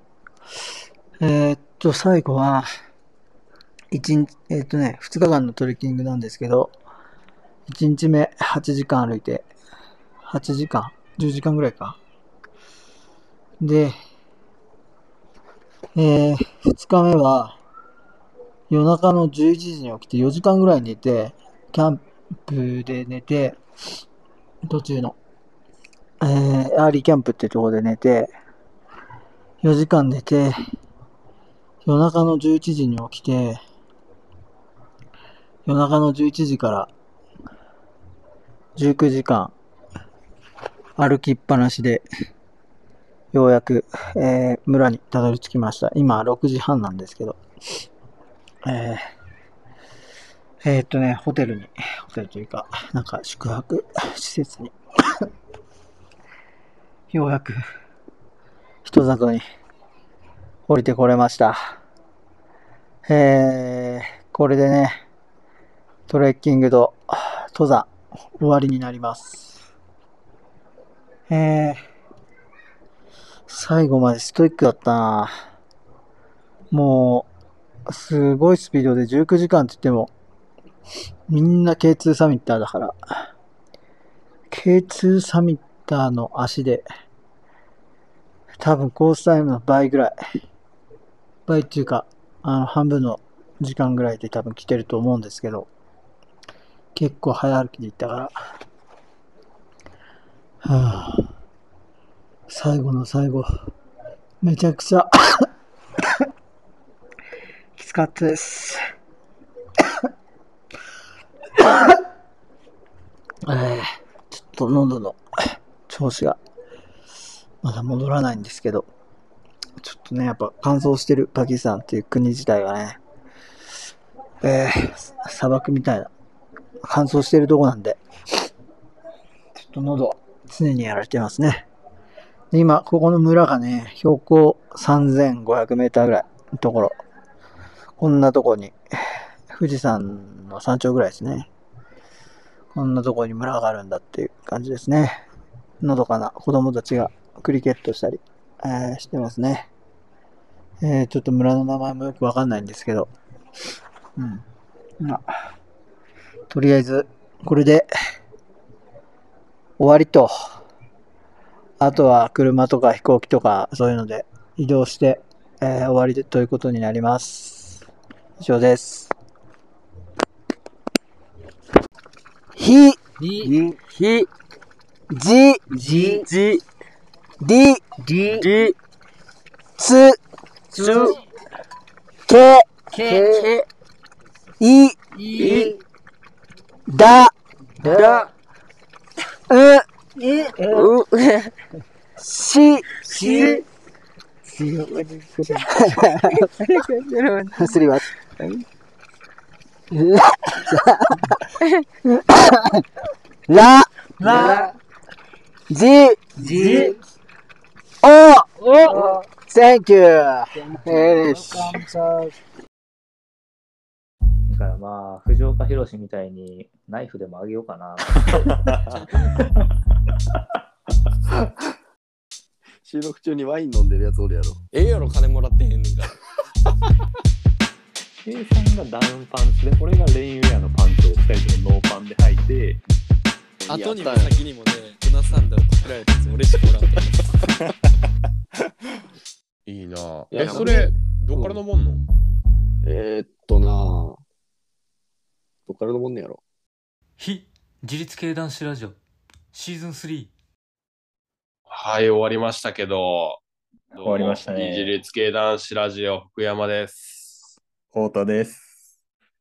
最後は、2日間のトレッキングなんですけど、1日目8時間歩いて、8時間 ?10 時間ぐらいか。で、2日目は、夜中の11時に起きて4時間ぐらい寝て、キャンプで寝て、途中の、アーリーキャンプってとこで寝て、4時間寝て、夜中の11時に起きて、夜中の11時から19時間歩きっぱなしで、ようやく、村にたどり着きました。今6時半なんですけど、ホテルというか、なんか宿泊施設に、ようやく人里に降りてこれました。これでね、トレッキングと登山終わりになります。最後までストイックだったな。もう、すごいスピードで19時間って言っても、みんな K2 サミッターだから、K2 サミッターの足で、多分コースタイムの倍ぐらい、倍っていうか、半分の時間ぐらいで多分来てると思うんですけど、結構早歩きで行ったから、最後の最後、めちゃくちゃきつかったです。ちょっと喉の調子がまだ戻らないんですけど、ちょっとね、やっぱ乾燥してるパキスタンっていう国自体がね、砂漠みたいな乾燥してるとこなんで、ちょっと喉常にやられてますね。で今、ここの村がね、標高3500メーターぐらいのところ、こんなとこに、富士山の山頂ぐらいですね。こんなとこに村があるんだっていう感じですね。のどかな子供たちがクリケットしたり、してますね。ちょっと村の名前もよくわかんないんですけど、とりあえず、これで、終わりと、あとは車とか飛行機とかそういうので移動して、終わりでということになります。以上です。ひ、じ、り、つ、け、い、だ、し、すります。ら、じ、お、Thank you。 だからまあ、藤岡弘みたいにナイフでもあげようかな。 収録中にワイン飲んでるやつおるやろ。 ええやろ、金もらってへんねんから。 計さんがダウンパンツで、俺がレインウェアのパンツを2人ともノーパンで履いて、 後にも先にもね、ルナサンダルパクられたやつ俺しかおらんと思う。 いいなぁ。 いやそれ、どっから飲もんの？ どっから飲もんねやろ。 非自立系男子ラジオシーズン3。 はい、終わりましたけど。 終わりましたね自立系男子ラジオ、福山です。 太田です。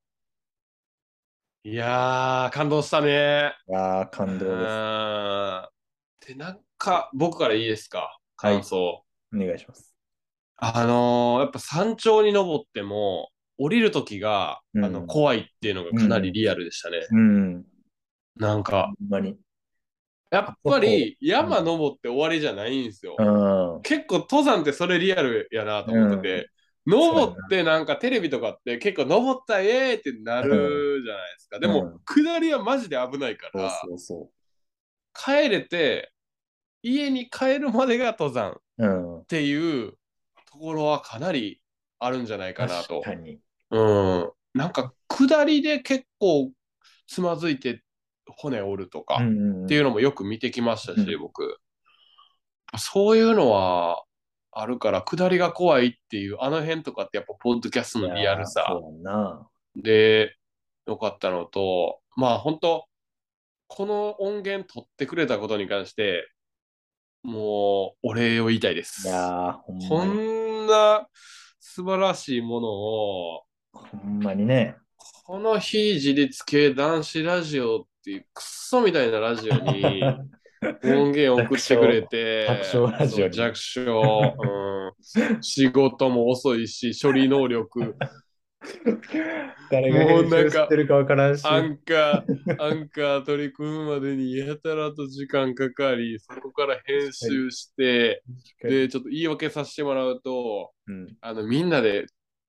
いやー、感動したね。 いやー、感動です。 で、なんか、僕からいいですか？感想。 お願いします。 やっぱ山頂に登っても、降りるときが、怖いっていうのがかなりリアルでしたね。 なんか、 ほんまに。 やっぱり山登って終わりじゃないんですよ。 うん。 結構登山ってそれリアルやなと思ってて、登ってなんかテレビとかって結構登ったイエーイってなるじゃないですか。でも、下りはマジで危ないから、帰れて、家に帰るまでが登山っていうところはかなりあるんじゃないかなと。 確かに。 なんか下りで結構つまずいて骨折るとかっていうのもよく見てきましたし、僕。そういうのはあるから、下りが怖いっていう、あの辺とかってやっぱポッドキャストのリアルさでよかったのと、まあ本当この音源取ってくれたことに関して、もうお礼を言いたいです。こんな素晴らしいものを、 ほんまにね。 この非自立系男子ラジオっていうクソみたいなラジオに音源を送ってくれて、 弱小ラジオに。 弱小、仕事も遅いし、処理能力。 誰が編集してるかわからんし。 アンカー取り組むまでにやたらと時間かかり、そこから編集して、で、ちょっと言い訳させてもらうと、みんなで、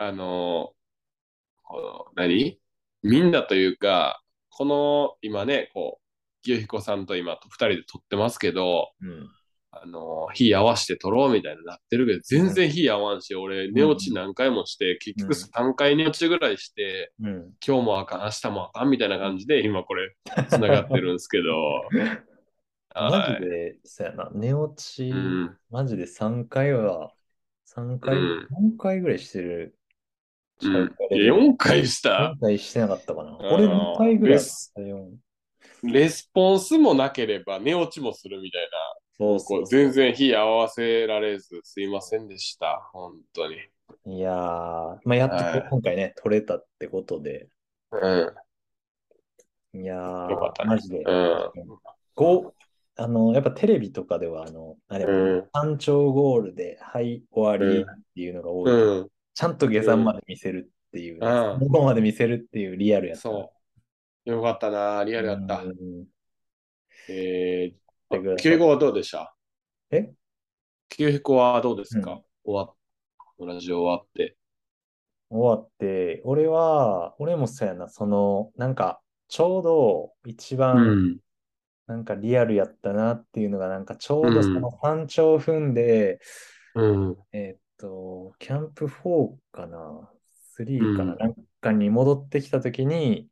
みんなというか、この、今ね、清彦さんと今、2人で撮ってますけど、日合わせて撮ろうみたいになってるけど、全然日合わんし、俺、寝落ち何回もして、結局3回寝落ちぐらいして、今日もあかん、明日もあかんみたいな感じで、今これ、つながってるんですけど。 マジで、そうやな、寝落ち、マジで3回は、4回ぐらいしてる。 4回した ?4 回してなかったかな。俺2回ぐらいしたよ。 レスポンスもなければ寝落ちもするみたいな。全然日合わせられずすいませんでした。本当に。 いやー、まあ、やっと今回ね、撮れたってことで。いやー、 よかったね。 マジで。やっぱテレビとかでは、あれ、山頂ゴールで、はい、終わりっていうのが多いけど、ちゃんと下山まで見せるっていう、向こうまで見せるっていうリアルやった。 そう。よかったな、リアルやった。清彦はどうでした？清彦はどうですか？ラジオ終わって。 終わって、俺もそうやな、なんか、ちょうど一番、なんかリアルやったなっていうのが、なんかちょうどその山頂踏んで、キャンプ4かな ?3 かな、なんかに戻ってきたときに、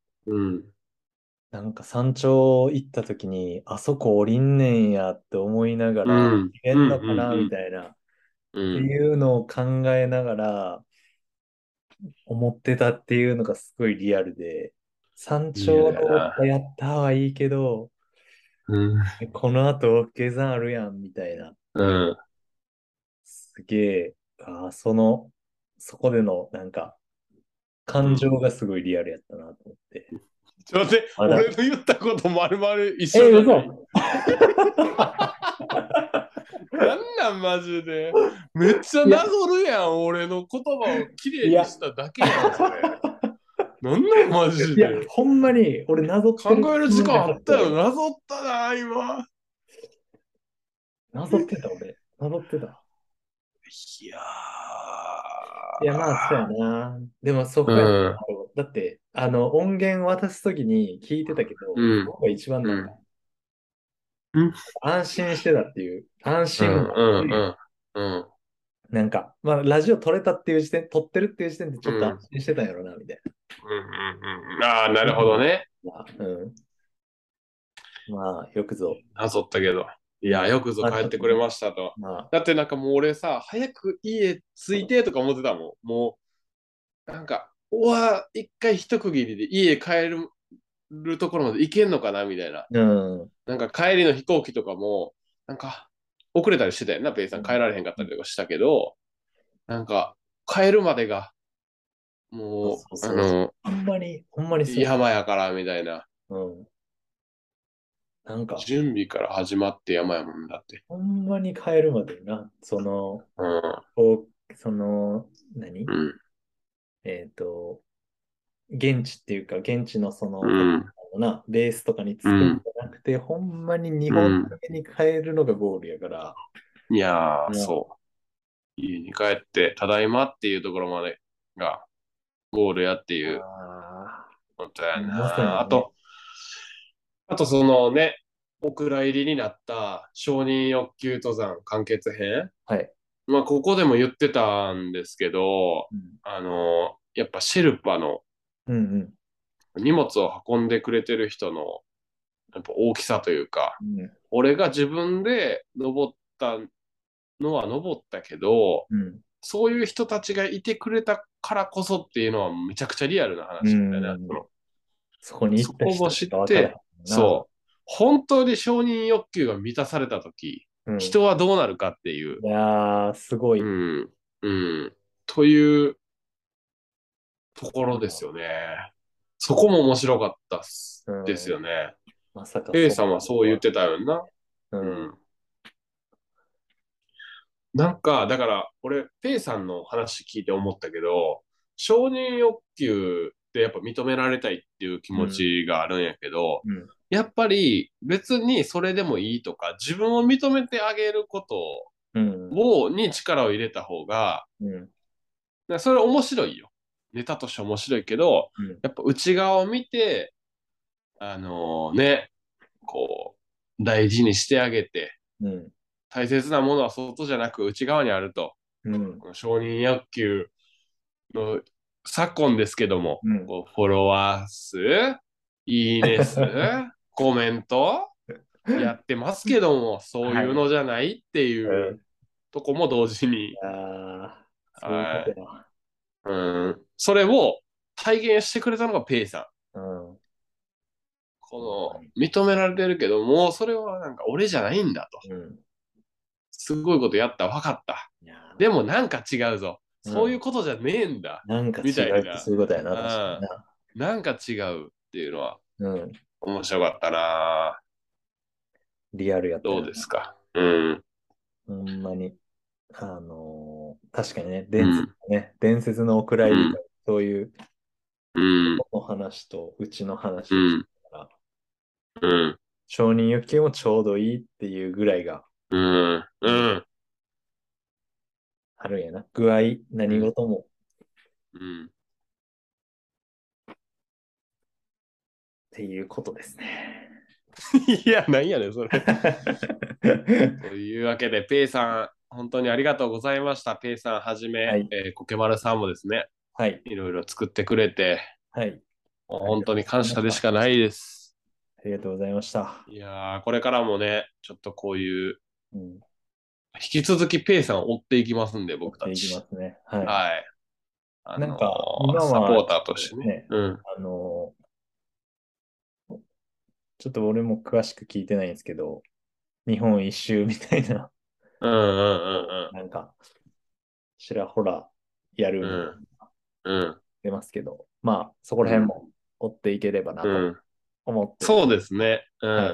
なんか山頂行ったときに、あそこ降りんねんやって思いながら、行けんのかなみたいな、っていうのを考えながら、思ってたっていうのがすごいリアルで、山頂のやったはいいけど、この後下山あるやんみたいな。すげえ、そこでのなんか、感情がすごいリアルやったなと思って。 ちょっと待って、俺の言ったこと丸々一緒だね。なんなんマジで。めっちゃなぞるやん、俺の言葉をきれいにしただけやん、それ。なんなんマジで。 いや、ほんまに、俺なぞってる。 考える時間あったよ、なぞったな、今。 なぞってた、俺。なぞってた。いや、まあ、そうやな。でも、そこやだって、音源渡すときに聞いてたけど、僕が一番なんか、安心してたっていう、安心もなんか、まあ、ラジオ撮れたっていう時点、撮ってるっていう時点でちょっと安心してたんやろな、みたいな。ああ、なるほどね。 まあ、よくぞ。 なぞったけど。いや、よくぞ帰ってくれましたと。だってなんかもう俺さ、早く家着いてとか思ってたもん。もう、なんか、一回一区切りで家帰るところまで行けんのかなみたいな。なんか帰りの飛行機とかも、なんか、遅れたりしてたよな、ペイさん帰られへんかったりとかしたけど、なんか、帰るまでが、もう、 ほんまに山やからみたいな。 なんか、 準備から始まって山やもんだって。 ほんまに帰るまでな、何、現地っていうか、現地のな、ベースとかにつくんじゃなくて、ほんまに日本だけに変えるのがゴールやから。 いやー、そう。家に帰って、ただいまっていうところまでがゴールやっていう。本当やな。あとそのね、お蔵入りになった承認欲求登山完結編。 はい。 まあ、ここでも言ってたんですけど、やっぱシェルパの荷物を運んでくれてる人のやっぱ大きさというか、俺が自分で登ったのは登ったけど、そういう人たちがいてくれたからこそっていうのはめちゃくちゃリアルな話みたいな。 そこに行った人しか知って、そう。本当に承認欲求が満たされたとき、人はどうなるかっていう。 いやー、すごい。 というところですよね。そこも面白かったですよね。 まさか。 A さんはそう言ってたよな。なんか、だから、俺、ペイさんの話聞いて思ったけど、承認欲求ってやっぱ認められたいっていう気持ちがあるんやけど、やっぱり別にそれでもいいとか、自分を認めてあげることに力を入れた方が、それ面白いよ。ネタとして面白いけど、やっぱ内側を見て、こう、大事にしてあげて、大切なものは外じゃなく内側にあると。この承認欲求の昨今ですけども、こうフォロワー数、いいね数、コメントやってますけども、そういうのじゃないっていうとこも同時に。それを体現してくれたのがペイさん。この認められてるけども、それはなんか俺じゃないんだと。すごいことやった、分かった。でもなんか違うぞ。そういうことじゃねえんだ。 なんか違うってそういうことやな、確かにな。 なんか違うっていうのは、面白かったな。 リアルやった。 どうですか。 ほんまに。確かにね、伝説のお蔵入りと、そういう、の話とうちの話をしたから、承認欲求もちょうどいいっていうぐらいが、あるんやな。具合、何事も。っていうことですね。 いや、なんやねん、それ。というわけで、ペイさん、本当にありがとうございました。ペイさんはじめ、コケマルさんもですね、いろいろ作ってくれて、本当に感謝でしかないです。 ありがとうございました。 いやー、これからもね、ちょっとこういう、引き続きペイさんを追っていきますんで、僕たち。追っていきますね。 はい。 なんか、今は、 サポーターとしてね。 ちょっと俺も詳しく聞いてないんですけど、日本一周みたいな、なんか、ちらほらやるみたいな、出ますけど、まあ、そこら辺も追っていければなと思って。 そうですね。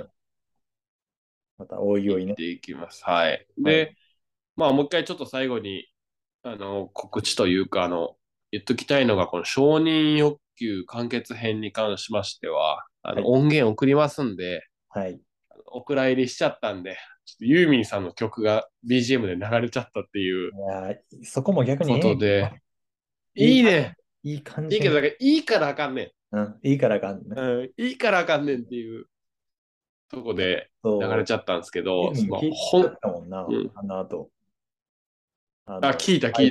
また、おいおいね。 行っていきます。はい。で、まあ、もう一回ちょっと最後に、告知というか、言っときたいのが、この承認欲求完結編に関しましては、音源送りますんで、お蔵入りしちゃったんで、ちょっとユーミンさんの曲が BGM で流れちゃったっていうそこも逆にことで、いいね。 いい感じ。 いいけど、だからいいからあかんねん。いいからあかんねん。いいからあかんねんっていうとこで流れちゃったんですけど、 聞いたもんな、あの後。 聞いた。 久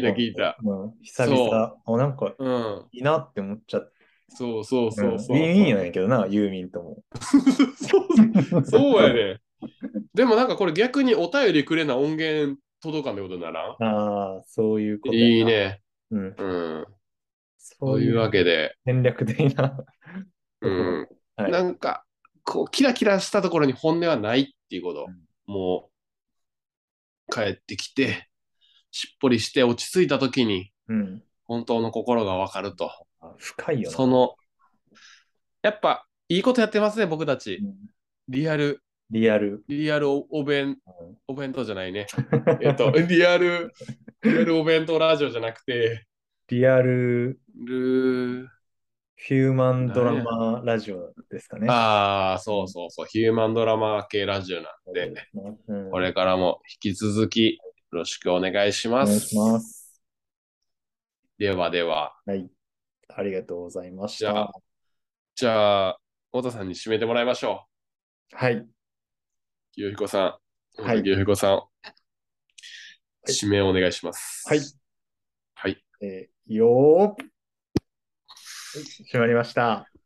々、なんか、いいなって思っちゃって。 そう。 ウィンウィンなんやけどな、ユーミンとも。 そうやね。でもなんかこれ逆にお便りくれな音源届かんってことならああ、そういうこといいね。 そういうわけで。 戦略的な。 なんか、こう、キラキラしたところに本音はないっていうこと。もう、帰ってきて、しっぽりして落ち着いたときに、本当の心がわかると。 深いよな。 やっぱ、いいことやってますね、僕たち。リアルお弁当じゃないね。リアルお弁当ラジオじゃなくて、 リアルヒューマンドラマラジオですかね。 ああ、そうそうそう。ヒューマンドラマ系ラジオなんで、これからも引き続きよろしくお願いします。 お願いします。 ではでは。 はい。ありがとうございました。 じゃあ、太田さんに締めてもらいましょう。はい。 清彦さん。はい。清彦さん。締めをお願いします。 はい。 はい。 よー。閉まりました。